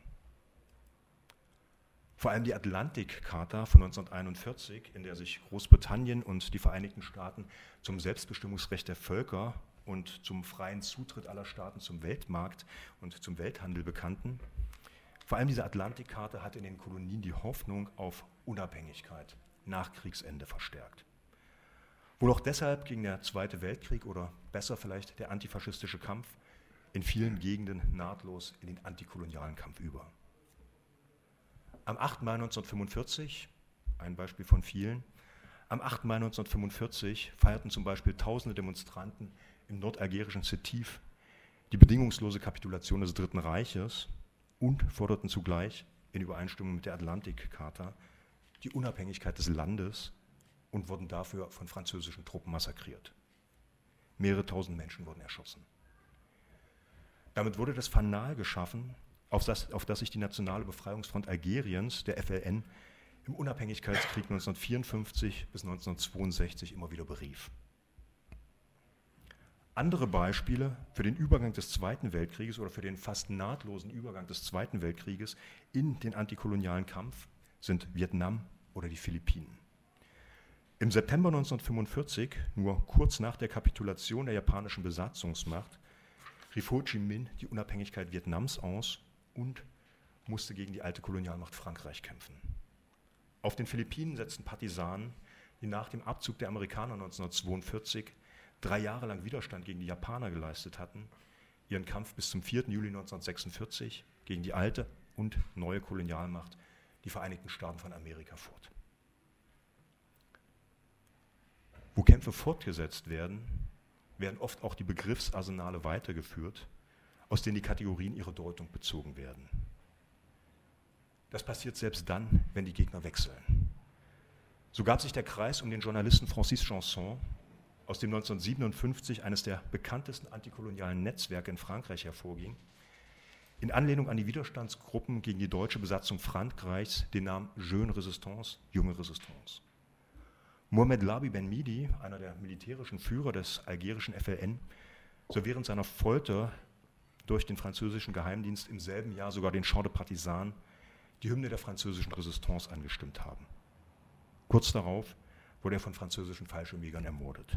Vor allem die Atlantik-Charta von 1941, in der sich Großbritannien und die Vereinigten Staaten zum Selbstbestimmungsrecht der Völker und zum freien Zutritt aller Staaten zum Weltmarkt und zum Welthandel bekannten. Vor allem diese Atlantik-Charta hat in den Kolonien die Hoffnung auf Unabhängigkeit nach Kriegsende verstärkt. Wohl auch deshalb ging der Zweite Weltkrieg oder besser vielleicht der antifaschistische Kampf in vielen Gegenden nahtlos in den antikolonialen Kampf über. Am 8. Mai 1945, ein Beispiel von vielen, am 8. Mai 1945 feierten zum Beispiel tausende Demonstranten im nordalgerischen Sétif die bedingungslose Kapitulation des Dritten Reiches und forderten zugleich in Übereinstimmung mit der Atlantik-Charta die Unabhängigkeit des Landes und wurden dafür von französischen Truppen massakriert. Mehrere tausend Menschen wurden erschossen. Damit wurde das Fanal geschaffen, auf das sich die Nationale Befreiungsfront Algeriens, der FLN, im Unabhängigkeitskrieg 1954 bis 1962 immer wieder berief. Andere Beispiele für den Übergang des Zweiten Weltkrieges oder für den fast nahtlosen Übergang des Zweiten Weltkrieges in den antikolonialen Kampf sind Vietnam oder die Philippinen. Im September 1945, nur kurz nach der Kapitulation der japanischen Besatzungsmacht, rief Ho Chi Minh die Unabhängigkeit Vietnams aus und musste gegen die alte Kolonialmacht Frankreich kämpfen. Auf den Philippinen setzten Partisanen, die nach dem Abzug der Amerikaner 1942 3 Jahre lang Widerstand gegen die Japaner geleistet hatten, ihren Kampf bis zum 4. Juli 1946 gegen die alte und neue Kolonialmacht, die Vereinigten Staaten von Amerika, fort. Wo Kämpfe fortgesetzt werden, werden oft auch die Begriffsarsenale weitergeführt, aus denen die Kategorien ihre Deutung bezogen werden. Das passiert selbst dann, wenn die Gegner wechseln. So gab sich der Kreis um den Journalisten Francis Janson, aus dem 1957 eines der bekanntesten antikolonialen Netzwerke in Frankreich hervorging, in Anlehnung an die Widerstandsgruppen gegen die deutsche Besatzung Frankreichs den Namen Jeune Résistance, junge Resistance. Mohamed Labi Ben Midi, einer der militärischen Führer des algerischen FLN, soll während seiner Folter durch den französischen Geheimdienst im selben Jahr sogar den Chant de Partisan, die Hymne der französischen Resistance, angestimmt haben. Kurz darauf wurde er von französischen Fallschirmjägern ermordet.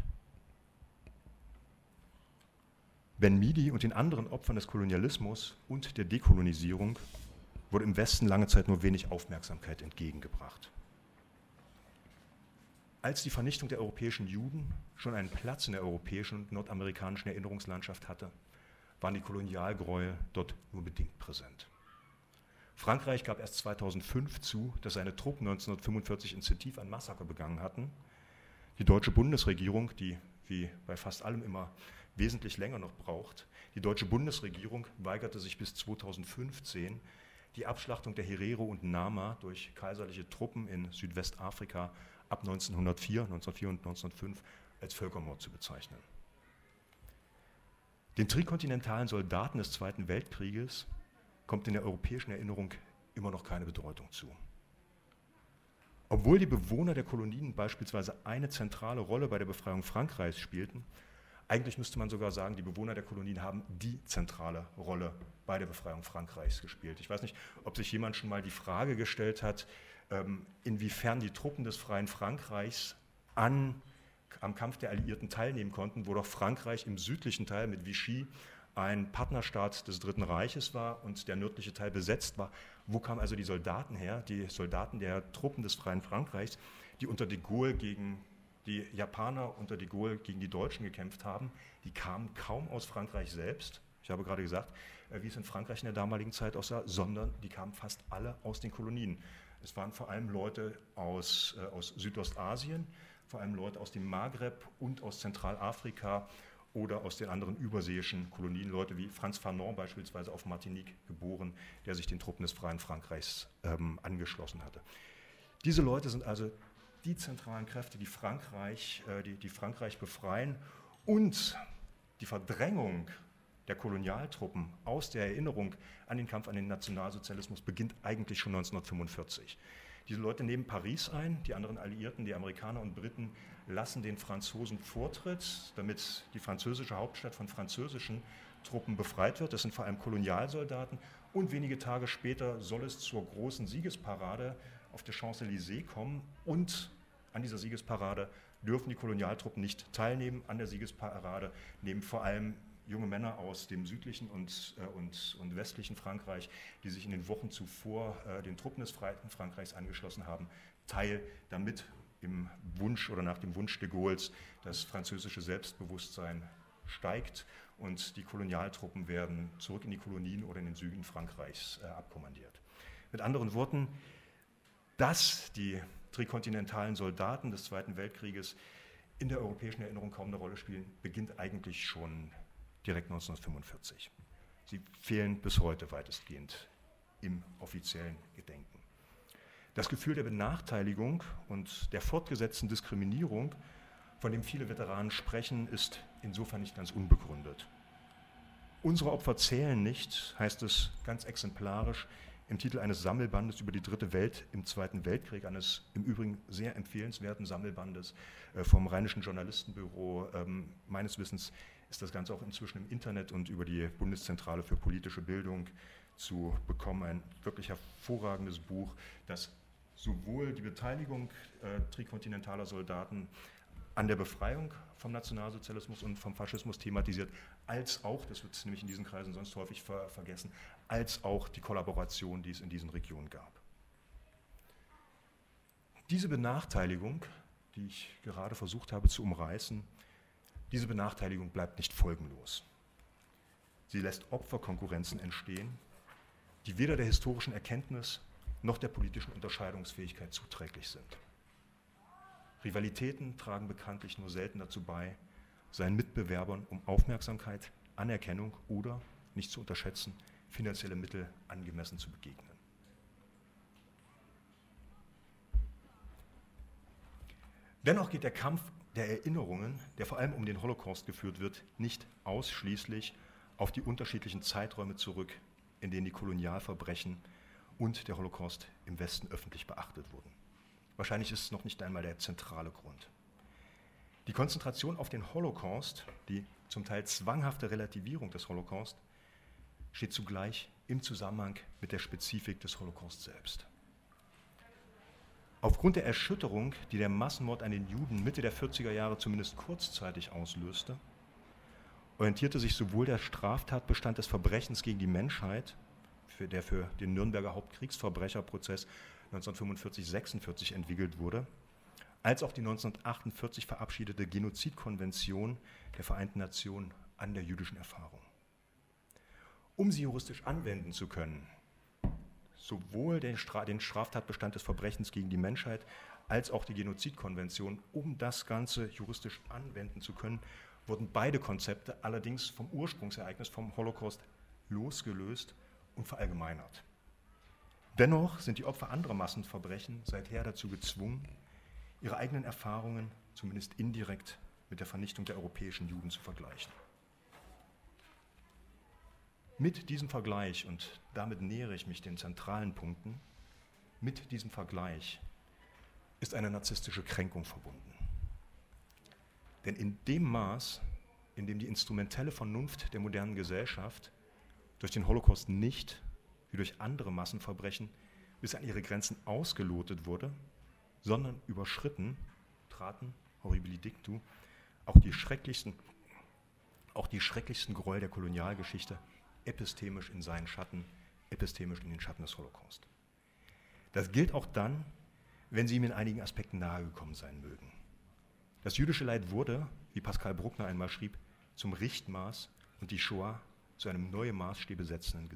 Ben Midi und den anderen Opfern des Kolonialismus und der Dekolonisierung wurde im Westen lange Zeit nur wenig Aufmerksamkeit entgegengebracht. als die Vernichtung der europäischen Juden schon einen Platz in der europäischen und nordamerikanischen Erinnerungslandschaft hatte, waren die Kolonialgräuel dort nur bedingt präsent. Frankreich gab erst 2005 zu, dass seine Truppen 1945 instinktiv ein Massaker begangen hatten. Die deutsche Bundesregierung, die wie bei fast allem immer wesentlich länger noch braucht, die deutsche Bundesregierung weigerte sich bis 2015, die Abschlachtung der Herero und Nama durch kaiserliche Truppen in Südwestafrika ab 1904 und 1905 als Völkermord zu bezeichnen. Den trikontinentalen Soldaten des Zweiten Weltkrieges kommt in der europäischen Erinnerung immer noch keine Bedeutung zu. Obwohl die Bewohner der Kolonien beispielsweise eine zentrale Rolle bei der Befreiung Frankreichs spielten, eigentlich müsste man sogar sagen, die Bewohner der Kolonien haben die zentrale Rolle bei der Befreiung Frankreichs gespielt. Ich weiß nicht, ob sich jemand schon mal die Frage gestellt hat, inwiefern die Truppen des freien Frankreichs am Kampf der Alliierten teilnehmen konnten, wo doch Frankreich im südlichen Teil mit Vichy ein Partnerstaat des Dritten Reiches war und der nördliche Teil besetzt war. Wo kamen also die Soldaten her, die Soldaten der Truppen des freien Frankreichs, die unter de Gaulle gegen die Japaner, unter de Gaulle gegen die Deutschen gekämpft haben? Die kamen kaum aus Frankreich selbst, ich habe gerade gesagt, wie es in Frankreich in der damaligen Zeit aussah, sondern die kamen fast alle aus den Kolonien. Es waren vor allem Leute aus Südostasien, vor allem Leute aus dem Maghreb und aus Zentralafrika oder aus den anderen überseeischen Kolonien, Leute wie Franz Fanon beispielsweise auf Martinique geboren, der sich den Truppen des freien Frankreichs angeschlossen hatte. Diese Leute sind also die zentralen Kräfte, die Frankreich befreien, und die Verdrängung der Kolonialtruppen aus der Erinnerung an den Kampf an den Nationalsozialismus beginnt eigentlich schon 1945. Diese Leute nehmen Paris ein, die anderen Alliierten, die Amerikaner und Briten, lassen den Franzosen Vortritt, damit die französische Hauptstadt von französischen Truppen befreit wird. Das sind vor allem Kolonialsoldaten. Und wenige Tage später soll es zur großen Siegesparade auf der Champs-Élysées kommen. Und an dieser Siegesparade dürfen die Kolonialtruppen nicht teilnehmen. An der Siegesparade nehmen vor allem junge Männer aus dem südlichen und westlichen Frankreich, die sich in den Wochen zuvor den Truppen des freien Frankreichs angeschlossen haben, teil, damit im Wunsch oder nach dem Wunsch de Gaulles das französische Selbstbewusstsein steigt und die Kolonialtruppen werden zurück in die Kolonien oder in den Süden Frankreichs abkommandiert. Mit anderen Worten, dass die trikontinentalen Soldaten des Zweiten Weltkrieges in der europäischen Erinnerung kaum eine Rolle spielen, beginnt eigentlich schon direkt 1945. Sie fehlen bis heute weitestgehend im offiziellen Gedenken. Das Gefühl der Benachteiligung und der fortgesetzten Diskriminierung, von dem viele Veteranen sprechen, ist insofern nicht ganz unbegründet. Unsere Opfer zählen nicht, heißt es ganz exemplarisch im Titel eines Sammelbandes über die Dritte Welt im Zweiten Weltkrieg, eines im Übrigen sehr empfehlenswerten Sammelbandes vom Rheinischen Journalistenbüro. Meines Wissens ist das Ganze auch inzwischen im Internet und über die Bundeszentrale für politische Bildung zu bekommen. Ein wirklich hervorragendes Buch, das sowohl die Beteiligung trikontinentaler Soldaten an der Befreiung vom Nationalsozialismus und vom Faschismus thematisiert, als auch, das wird nämlich in diesen Kreisen sonst häufig vergessen, als auch die Kollaboration, die es in diesen Regionen gab. Diese Benachteiligung, die ich gerade versucht habe zu umreißen, diese Benachteiligung bleibt nicht folgenlos. Sie lässt Opferkonkurrenzen entstehen, die weder der historischen Erkenntnis noch der politischen Unterscheidungsfähigkeit zuträglich sind. Rivalitäten tragen bekanntlich nur selten dazu bei, seinen Mitbewerbern um Aufmerksamkeit, Anerkennung oder, nicht zu unterschätzen, finanzielle Mittel angemessen zu begegnen. Dennoch geht der Kampf der Erinnerungen, der vor allem um den Holocaust geführt wird, nicht ausschließlich auf die unterschiedlichen Zeiträume zurück, in denen die Kolonialverbrechen und der Holocaust im Westen öffentlich beachtet wurden. Wahrscheinlich ist es noch nicht einmal der zentrale Grund. Die Konzentration auf den Holocaust, die zum Teil zwanghafte Relativierung des Holocaust, steht zugleich im Zusammenhang mit der Spezifik des Holocaust selbst. Aufgrund der Erschütterung, die der Massenmord an den Juden Mitte der 40er Jahre zumindest kurzzeitig auslöste, orientierte sich sowohl der Straftatbestand des Verbrechens gegen die Menschheit, der für den Nürnberger Hauptkriegsverbrecherprozess 1945-46 entwickelt wurde, als auch die 1948 verabschiedete Genozidkonvention der Vereinten Nationen an der jüdischen Erfahrung. Um sie juristisch anwenden zu können, sowohl den Straftatbestand des Verbrechens gegen die Menschheit als auch die Genozidkonvention, um das Ganze juristisch anwenden zu können, wurden beide Konzepte allerdings vom Ursprungsereignis, vom Holocaust, losgelöst und verallgemeinert. Dennoch sind die Opfer anderer Massenverbrechen seither dazu gezwungen, ihre eigenen Erfahrungen, zumindest indirekt, mit der Vernichtung der europäischen Juden zu vergleichen. Mit diesem Vergleich, und damit nähere ich mich den zentralen Punkten, mit diesem Vergleich ist eine narzisstische Kränkung verbunden. Denn in dem Maß, in dem die instrumentelle Vernunft der modernen Gesellschaft durch den Holocaust nicht, wie durch andere Massenverbrechen, bis an ihre Grenzen ausgelotet wurde, sondern überschritten, traten, horribili dictu, auch die schrecklichsten Gräuel der Kolonialgeschichte epistemisch in seinen Schatten, epistemisch in den Schatten des Holocaust. Das gilt auch dann, wenn sie ihm in einigen Aspekten nahegekommen sein mögen. Das jüdische Leid wurde, wie Pascal Bruckner einmal schrieb, zum Richtmaß und die Shoah zu einem neue Maßstäbe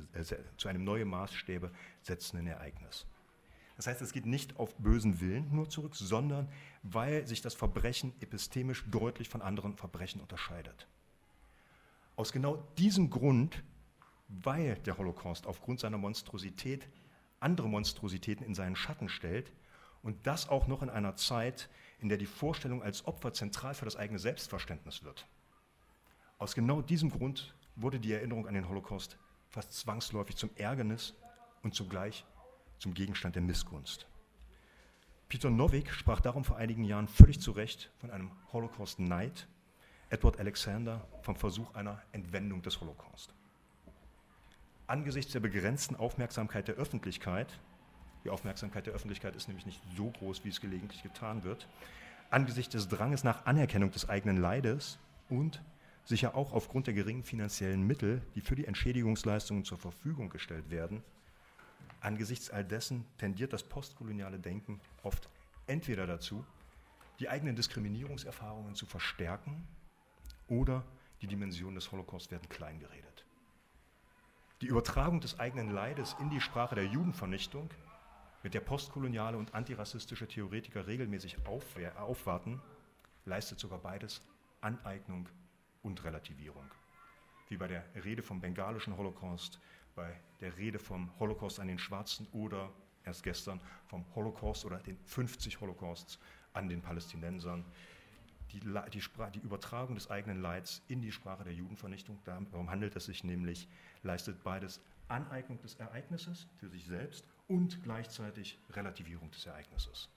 setzenden Ereignis. Das heißt, es geht nicht auf bösen Willen nur zurück, sondern weil sich das Verbrechen epistemisch deutlich von anderen Verbrechen unterscheidet. Aus genau diesem Grund, weil der Holocaust aufgrund seiner Monstrosität andere Monstrositäten in seinen Schatten stellt und das auch noch in einer Zeit, in der die Vorstellung als Opfer zentral für das eigene Selbstverständnis wird. Aus genau diesem Grund wurde die Erinnerung an den Holocaust fast zwangsläufig zum Ärgernis und zugleich zum Gegenstand der Missgunst. Peter Novick sprach darum vor einigen Jahren völlig zu Recht von einem Holocaust-Neid, Edward Alexander vom Versuch einer Entwendung des Holocaust. Angesichts der begrenzten Aufmerksamkeit der Öffentlichkeit, die Aufmerksamkeit der Öffentlichkeit ist nämlich nicht so groß, wie es gelegentlich getan wird, angesichts des Dranges nach Anerkennung des eigenen Leides und sicher auch aufgrund der geringen finanziellen Mittel, die für die Entschädigungsleistungen zur Verfügung gestellt werden, angesichts all dessen tendiert das postkoloniale Denken oft entweder dazu, die eigenen Diskriminierungserfahrungen zu verstärken oder die Dimensionen des Holocaust werden kleingeredet. Die Übertragung des eigenen Leides in die Sprache der Judenvernichtung, mit der postkoloniale und antirassistische Theoretiker regelmäßig aufwarten, leistet sogar beides Aneignung und Relativierung. Wie bei der Rede vom bengalischen Holocaust, bei der Rede vom Holocaust an den Schwarzen oder erst gestern vom Holocaust oder den 50 Holocausts an den Palästinensern. Die Übertragung des eigenen Leids in die Sprache der Judenvernichtung, darum handelt es sich nämlich, leistet beides Aneignung des Ereignisses für sich selbst und gleichzeitig Relativierung des Ereignisses.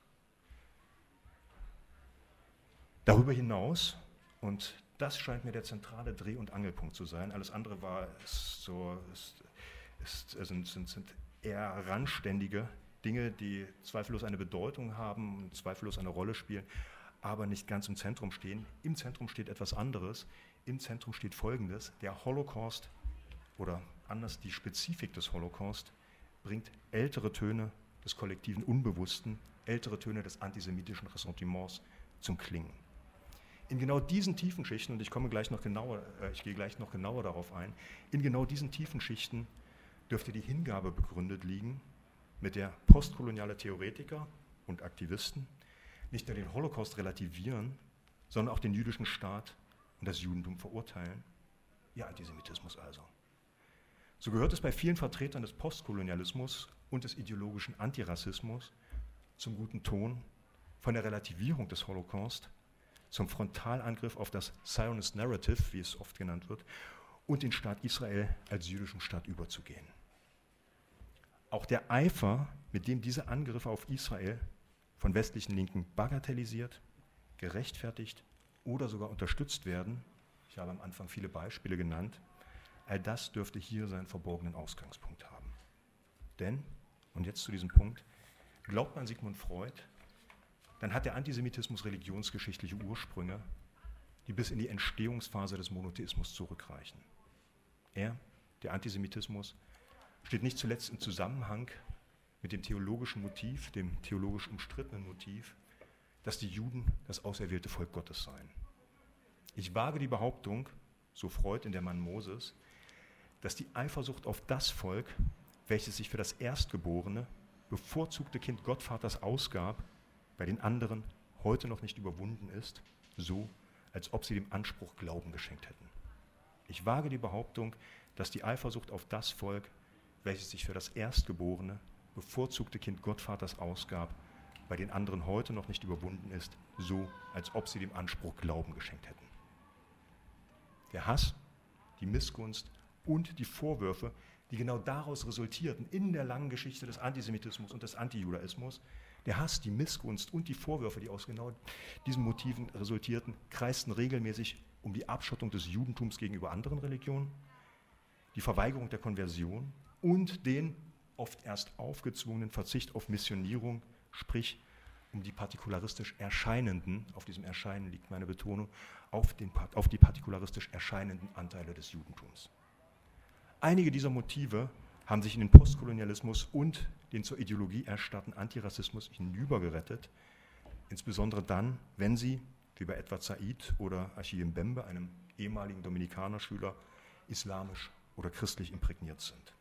Darüber hinaus, und das scheint mir der zentrale Dreh- und Angelpunkt zu sein, alles andere sind eher randständige Dinge, die zweifellos eine Bedeutung haben und zweifellos eine Rolle spielen, aber nicht ganz im Zentrum stehen. Im Zentrum steht etwas anderes. Im Zentrum steht Folgendes: Der Holocaust, oder anders die Spezifik des Holocaust, bringt ältere Töne des kollektiven Unbewussten, ältere Töne des antisemitischen Ressentiments zum Klingen. In genau diesen tiefen Schichten, und ich gehe gleich noch genauer darauf ein, in genau diesen tiefen Schichten dürfte die Hingabe begründet liegen, mit der postkoloniale Theoretiker und Aktivisten nicht nur den Holocaust relativieren, sondern auch den jüdischen Staat und das Judentum verurteilen, ihr Antisemitismus also. So gehört es bei vielen Vertretern des Postkolonialismus und des ideologischen Antirassismus zum guten Ton, von der Relativierung des Holocaust zum Frontalangriff auf das Zionist Narrative, wie es oft genannt wird, und den Staat Israel als jüdischen Staat überzugehen. Auch der Eifer, mit dem diese Angriffe auf Israel von westlichen Linken bagatellisiert, gerechtfertigt oder sogar unterstützt werden, ich habe am Anfang viele Beispiele genannt, all das dürfte hier seinen verborgenen Ausgangspunkt haben. Denn, und jetzt zu diesem Punkt, glaubt man Sigmund Freud, dann hat der Antisemitismus religionsgeschichtliche Ursprünge, die bis in die Entstehungsphase des Monotheismus zurückreichen. Der Antisemitismus, steht nicht zuletzt im Zusammenhang mit dem theologischen Motiv, dem theologisch umstrittenen Motiv dass die Juden das auserwählte Volk Gottes seien. Ich wage die Behauptung, so Freud in Der Mann Moses, dass die Eifersucht auf das Volk, welches sich für das erstgeborene, bevorzugte Kind Gottvaters ausgab, bei den anderen heute noch nicht überwunden ist, so als ob sie dem Anspruch Glauben geschenkt hätten. Ich wage die Behauptung, dass die Eifersucht auf das Volk, welches sich für das erstgeborene, bevorzugte Kind Gottvaters ausgab, bei den anderen heute noch nicht überwunden ist, so als ob sie dem Anspruch Glauben geschenkt hätten. Der Hass, die Missgunst und die Vorwürfe, die genau daraus resultierten in der langen Geschichte des Antisemitismus und des Antijudaismus, der Hass, die Missgunst und die Vorwürfe, die aus genau diesen Motiven resultierten, kreisten regelmäßig um die Abschottung des Judentums gegenüber anderen Religionen, die Verweigerung der Konversion und den oft erst aufgezwungenen Verzicht auf Missionierung, sprich um die partikularistisch erscheinenden, auf diesem Erscheinen liegt meine Betonung, auf die partikularistisch erscheinenden Anteile des Judentums. Einige dieser Motive haben sich in den Postkolonialismus und den zur Ideologie erstarrten Antirassismus hinübergerettet, insbesondere dann, wenn sie, wie bei Edward Said oder Achille Mbembe, einem ehemaligen Dominikanerschüler, islamisch oder christlich imprägniert sind.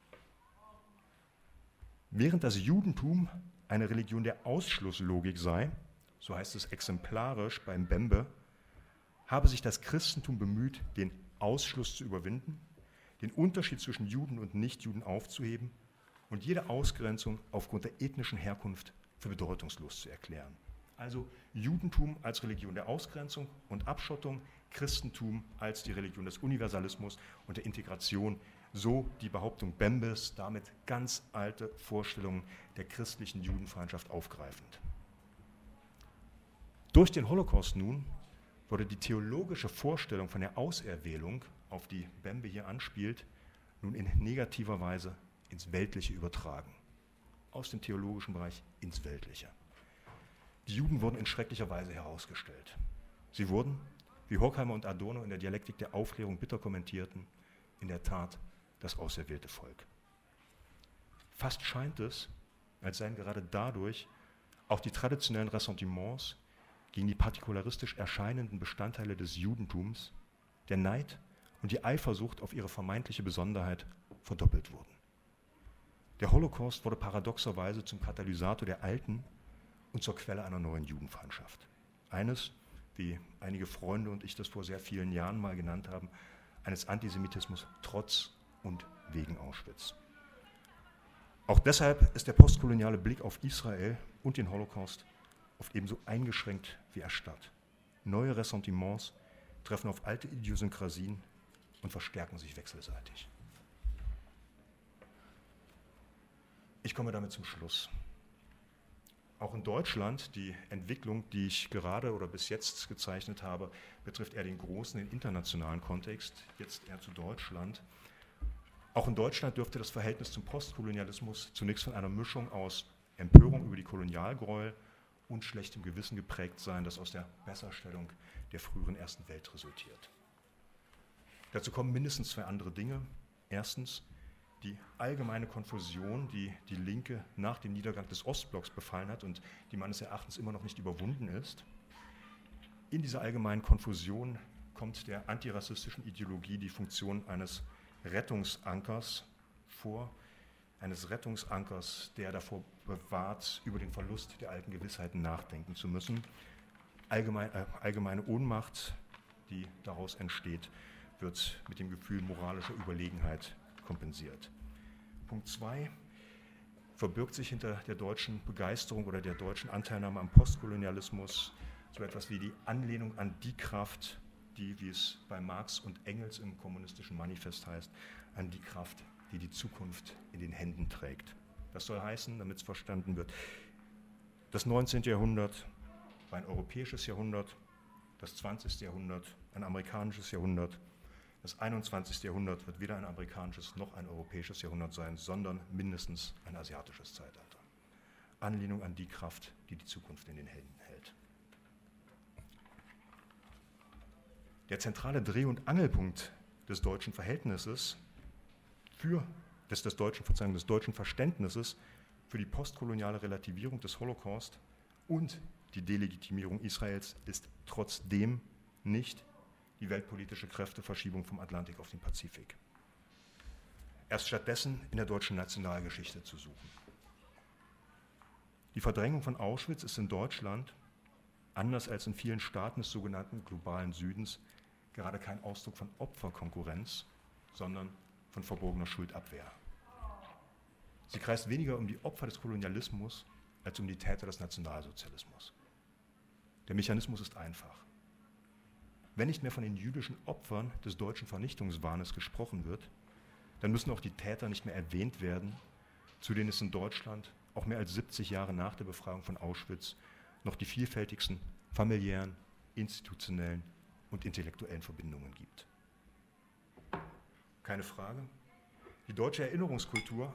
Während das Judentum eine Religion der Ausschlusslogik sei, so heißt es exemplarisch bei Mbembe, habe sich das Christentum bemüht, den Ausschluss zu überwinden, den Unterschied zwischen Juden und Nichtjuden aufzuheben und jede Ausgrenzung aufgrund der ethnischen Herkunft für bedeutungslos zu erklären. Also Judentum als Religion der Ausgrenzung und Abschottung, Christentum als die Religion des Universalismus und der Integration, so die Behauptung Mbembes, damit ganz alte Vorstellungen der christlichen Judenfeindschaft aufgreifend. Durch den Holocaust nun wurde die theologische Vorstellung von der Auserwählung, auf die Mbembe hier anspielt, nun in negativer Weise ins Weltliche übertragen. Aus dem theologischen Bereich ins Weltliche. Die Juden wurden in schrecklicher Weise herausgestellt. Sie wurden, wie Horkheimer und Adorno in der Dialektik der Aufklärung bitter kommentierten, in der Tat das auserwählte Volk. Fast scheint es, als seien gerade dadurch auch die traditionellen Ressentiments gegen die partikularistisch erscheinenden Bestandteile des Judentums, der Neid und die Eifersucht auf ihre vermeintliche Besonderheit verdoppelt wurden. Der Holocaust wurde paradoxerweise zum Katalysator der alten und zur Quelle einer neuen Judenfeindschaft. Eines, wie einige Freunde und ich das vor sehr vielen Jahren mal genannt haben, eines Antisemitismus trotz und wegen Auschwitz. Auch deshalb ist der postkoloniale Blick auf Israel und den Holocaust oft ebenso eingeschränkt wie erstarrt. Neue Ressentiments treffen auf alte Idiosynkrasien und verstärken sich wechselseitig. Ich komme damit zum Schluss. Auch in Deutschland, die Entwicklung, die ich gerade oder bis jetzt gezeichnet habe, betrifft eher den großen, den internationalen Kontext, jetzt eher zu Deutschland. Auch in Deutschland dürfte das Verhältnis zum Postkolonialismus zunächst von einer Mischung aus Empörung über die Kolonialgräuel und schlechtem Gewissen geprägt sein, das aus der Besserstellung der früheren Ersten Welt resultiert. Dazu kommen mindestens zwei andere Dinge. Erstens die allgemeine Konfusion, die die Linke nach dem Niedergang des Ostblocks befallen hat und die meines Erachtens immer noch nicht überwunden ist. In dieser allgemeinen Konfusion kommt der antirassistischen Ideologie die Funktion eines Rettungsankers vor, eines Rettungsankers, der davor bewahrt, über den Verlust der alten Gewissheiten nachdenken zu müssen. Allgemeine Ohnmacht, die daraus entsteht, wird mit dem Gefühl moralischer Überlegenheit kompensiert. Punkt 2 verbirgt sich hinter der deutschen Begeisterung oder der deutschen Anteilnahme am Postkolonialismus so etwas wie die Anlehnung an die Kraft, die, wie es bei Marx und Engels im Kommunistischen Manifest heißt, an die Kraft, die die Zukunft in den Händen trägt. Das soll heißen, damit es verstanden wird, das 19. Jahrhundert war ein europäisches Jahrhundert, das 20. Jahrhundert ein amerikanisches Jahrhundert, das 21. Jahrhundert wird weder ein amerikanisches noch ein europäisches Jahrhundert sein, sondern mindestens ein asiatisches Zeitalter. Anlehnung an die Kraft, die die Zukunft in den Händen hält. Der zentrale Dreh- und Angelpunkt des deutschen Verhältnisses des deutschen Verständnisses für die postkoloniale Relativierung des Holocaust und die Delegitimierung Israels ist trotzdem nicht die weltpolitische Kräfteverschiebung vom Atlantik auf den Pazifik. Er ist stattdessen in der deutschen Nationalgeschichte zu suchen. Die Verdrängung von Auschwitz ist in Deutschland, anders als in vielen Staaten des sogenannten globalen Südens, gerade kein Ausdruck von Opferkonkurrenz, sondern von verborgener Schuldabwehr. Sie kreist weniger um die Opfer des Kolonialismus als um die Täter des Nationalsozialismus. Der Mechanismus ist einfach. Wenn nicht mehr von den jüdischen Opfern des deutschen Vernichtungswahnes gesprochen wird, dann müssen auch die Täter nicht mehr erwähnt werden, zu denen es in Deutschland auch mehr als 70 Jahre nach der Befreiung von Auschwitz noch die vielfältigsten familiären, institutionellen und intellektuellen Verbindungen gibt. Keine Frage. Die deutsche Erinnerungskultur,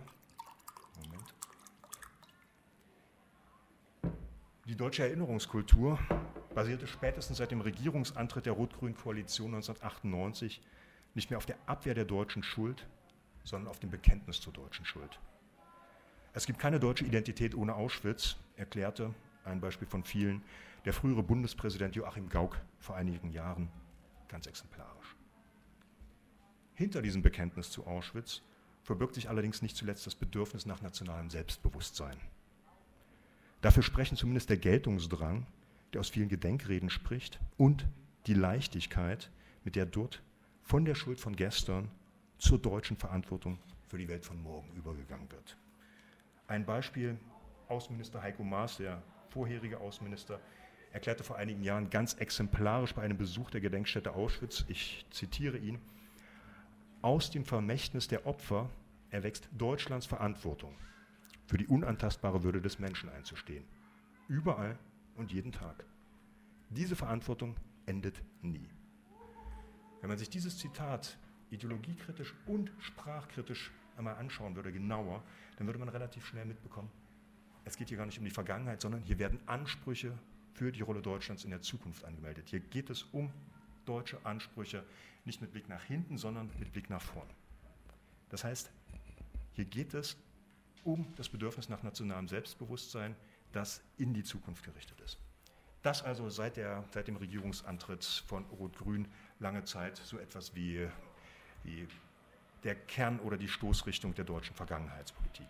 basierte spätestens seit dem Regierungsantritt der rot-grünen Koalition 1998 nicht mehr auf der Abwehr der deutschen Schuld, sondern auf dem Bekenntnis zur deutschen Schuld. Es gibt keine deutsche Identität ohne Auschwitz, erklärte, ein Beispiel von vielen, der frühere Bundespräsident Joachim Gauck vor einigen Jahren ganz exemplarisch. Hinter diesem Bekenntnis zu Auschwitz verbirgt sich allerdings nicht zuletzt das Bedürfnis nach nationalem Selbstbewusstsein. Dafür sprechen zumindest der Geltungsdrang, der aus vielen Gedenkreden spricht, und die Leichtigkeit, mit der dort von der Schuld von gestern zur deutschen Verantwortung für die Welt von morgen übergegangen wird. Ein Beispiel: Außenminister Heiko Maas, der vorherige Außenminister, erklärte vor einigen Jahren ganz exemplarisch bei einem Besuch der Gedenkstätte Auschwitz, ich zitiere ihn: Aus dem Vermächtnis der Opfer erwächst Deutschlands Verantwortung, für die unantastbare Würde des Menschen einzustehen. Überall und jeden Tag. Diese Verantwortung endet nie. Wenn man sich dieses Zitat ideologiekritisch und sprachkritisch einmal anschauen würde, genauer, dann würde man relativ schnell mitbekommen, es geht hier gar nicht um die Vergangenheit, sondern hier werden Ansprüche für die Rolle Deutschlands in der Zukunft angemeldet. Hier geht es um deutsche Ansprüche, nicht mit Blick nach hinten, sondern mit Blick nach vorn. Das heißt, hier geht es um das Bedürfnis nach nationalem Selbstbewusstsein, das in die Zukunft gerichtet ist. Das also seit dem Regierungsantritt von Rot-Grün lange Zeit so etwas wie der Kern oder die Stoßrichtung der deutschen Vergangenheitspolitik.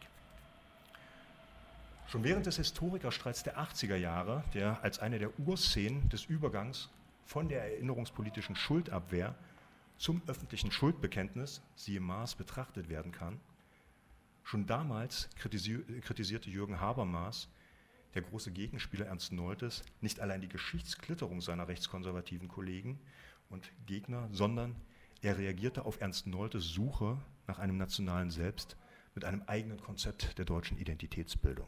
Schon während des Historikerstreits der 80er Jahre, der als eine der Urszenen des Übergangs von der erinnerungspolitischen Schuldabwehr zum öffentlichen Schuldbekenntnis, siehe Maas, betrachtet werden kann, schon damals kritisierte Jürgen Habermas, der große Gegenspieler Ernst Noltes, nicht allein die Geschichtsklitterung seiner rechtskonservativen Kollegen und Gegner, sondern er reagierte auf Ernst Noltes Suche nach einem nationalen Selbst mit einem eigenen Konzept der deutschen Identitätsbildung.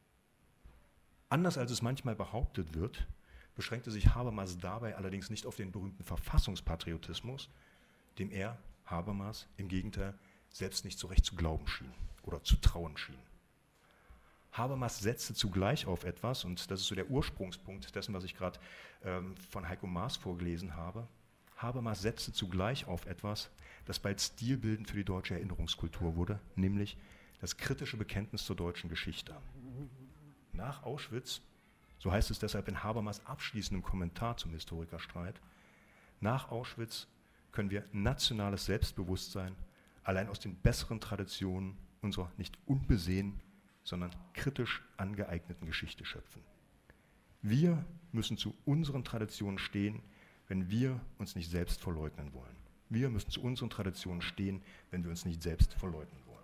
Anders als es manchmal behauptet wird, beschränkte sich Habermas dabei allerdings nicht auf den berühmten Verfassungspatriotismus, dem er, Habermas, im Gegenteil selbst nicht so recht zu glauben schien oder zu trauen schien. Habermas setzte zugleich auf etwas, und das ist so der Ursprungspunkt dessen, was ich gerade von Heiko Maas vorgelesen habe. Habermas setzte zugleich auf etwas, das bald stilbildend für die deutsche Erinnerungskultur wurde, nämlich das kritische Bekenntnis zur deutschen Geschichte. Nach Auschwitz, so heißt es deshalb in Habermas abschließendem Kommentar zum Historikerstreit, nach Auschwitz können wir nationales Selbstbewusstsein allein aus den besseren Traditionen unserer nicht unbesehen, sondern kritisch angeeigneten Geschichte schöpfen. Wir müssen zu unseren Traditionen stehen, wenn wir uns nicht selbst verleugnen wollen. Wir müssen zu unseren Traditionen stehen, wenn wir uns nicht selbst verleugnen wollen.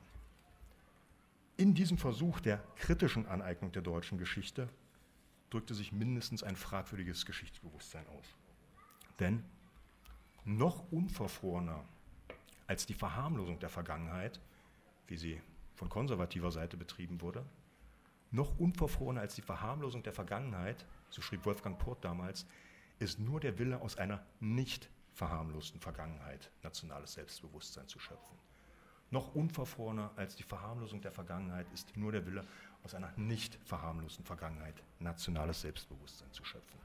In diesem Versuch der kritischen Aneignung der deutschen Geschichte drückte sich mindestens ein fragwürdiges Geschichtsbewusstsein aus. Denn noch unverfrorener als die Verharmlosung der Vergangenheit, wie sie von konservativer Seite betrieben wurde, noch unverfrorener als die Verharmlosung der Vergangenheit, so schrieb Wolfgang Port damals, ist nur der Wille, aus einer nicht verharmlosten Vergangenheit nationales Selbstbewusstsein zu schöpfen. Noch unverfrorener als die Verharmlosung der Vergangenheit ist nur der Wille, aus einer nicht verharmlosten Vergangenheit nationales Selbstbewusstsein zu schöpfen.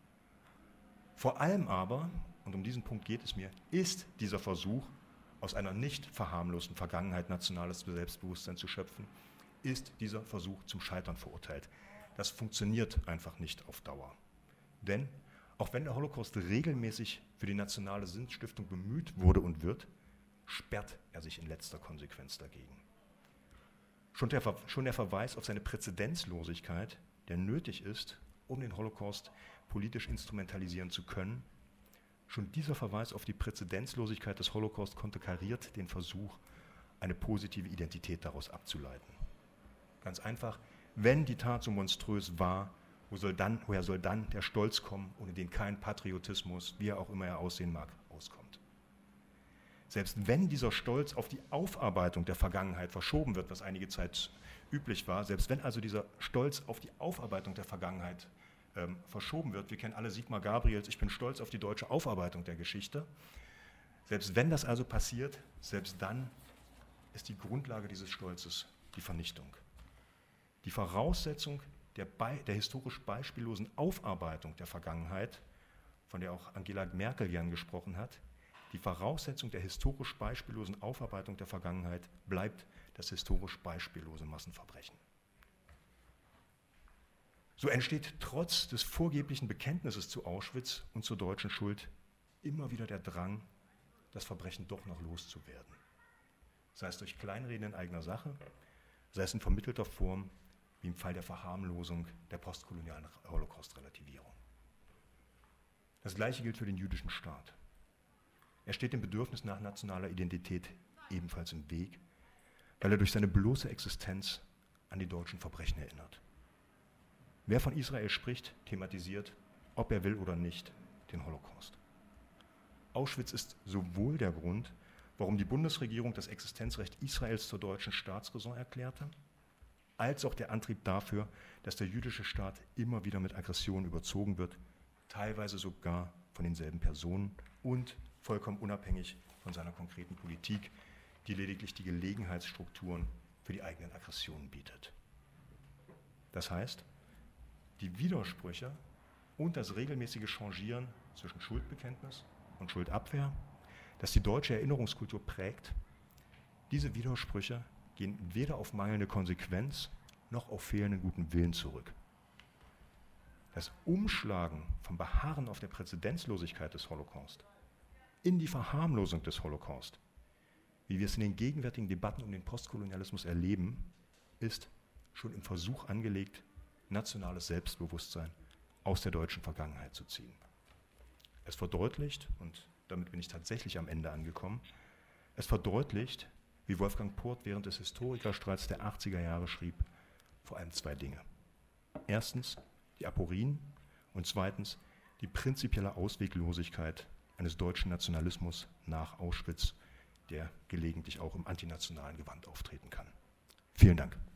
Vor allem aber, und um diesen Punkt geht es mir, ist dieser Versuch, aus einer nicht verharmlosten Vergangenheit nationales Selbstbewusstsein zu schöpfen, ist dieser Versuch zum Scheitern verurteilt. Das funktioniert einfach nicht auf Dauer. Denn auch wenn der Holocaust regelmäßig für die nationale Sinnstiftung bemüht wurde und wird, sperrt er sich in letzter Konsequenz dagegen. Schon der Verweis auf seine Präzedenzlosigkeit, der nötig ist, um den Holocaust politisch instrumentalisieren zu können, schon dieser Verweis auf die Präzedenzlosigkeit des Holocaust konterkariert den Versuch, eine positive Identität daraus abzuleiten. Ganz einfach, wenn die Tat so monströs war, woher soll dann der Stolz kommen, ohne den kein Patriotismus, wie er auch immer er aussehen mag, auskommt? Selbst wenn dieser Stolz auf die Aufarbeitung der Vergangenheit verschoben wird, was einige Zeit üblich war, selbst wenn also dieser Stolz auf die Aufarbeitung der Vergangenheit verschoben wird, wir kennen alle Sigmar Gabriels, ich bin stolz auf die deutsche Aufarbeitung der Geschichte, selbst wenn das also passiert, selbst dann ist die Grundlage dieses Stolzes die Vernichtung. Die Voraussetzung der historisch beispiellosen Aufarbeitung der Vergangenheit, von der auch Angela Merkel gern gesprochen hat, die Voraussetzung der historisch beispiellosen Aufarbeitung der Vergangenheit bleibt das historisch beispiellose Massenverbrechen. So entsteht trotz des vorgeblichen Bekenntnisses zu Auschwitz und zur deutschen Schuld immer wieder der Drang, das Verbrechen doch noch loszuwerden. Sei es durch Kleinreden in eigener Sache, sei es in vermittelter Form, wie im Fall der Verharmlosung der postkolonialen Holocaust-Relativierung. Das Gleiche gilt für den jüdischen Staat. Er steht dem Bedürfnis nach nationaler Identität ebenfalls im Weg, weil er durch seine bloße Existenz an die deutschen Verbrechen erinnert. Wer von Israel spricht, thematisiert, ob er will oder nicht, den Holocaust. Auschwitz ist sowohl der Grund, warum die Bundesregierung das Existenzrecht Israels zur deutschen Staatsräson erklärte, als auch der Antrieb dafür, dass der jüdische Staat immer wieder mit Aggressionen überzogen wird, teilweise sogar von denselben Personen und vollkommen unabhängig von seiner konkreten Politik, die lediglich die Gelegenheitsstrukturen für die eigenen Aggressionen bietet. Das heißt, die Widersprüche und das regelmäßige Changieren zwischen Schuldbekenntnis und Schuldabwehr, das die deutsche Erinnerungskultur prägt, diese Widersprüche gehen weder auf mangelnde Konsequenz noch auf fehlenden guten Willen zurück. Das Umschlagen vom Beharren auf der Präzedenzlosigkeit des Holocaust in die Verharmlosung des Holocaust, wie wir es in den gegenwärtigen Debatten um den Postkolonialismus erleben, ist schon im Versuch angelegt, nationales Selbstbewusstsein aus der deutschen Vergangenheit zu ziehen. Es verdeutlicht, und damit bin ich tatsächlich am Ende angekommen, es verdeutlicht, wie Wolfgang Port während des Historikerstreits der 80er Jahre schrieb, vor allem zwei Dinge. Erstens die Aporien und zweitens die prinzipielle Ausweglosigkeit eines deutschen Nationalismus nach Auschwitz, der gelegentlich auch im antinationalen Gewand auftreten kann. Vielen Dank.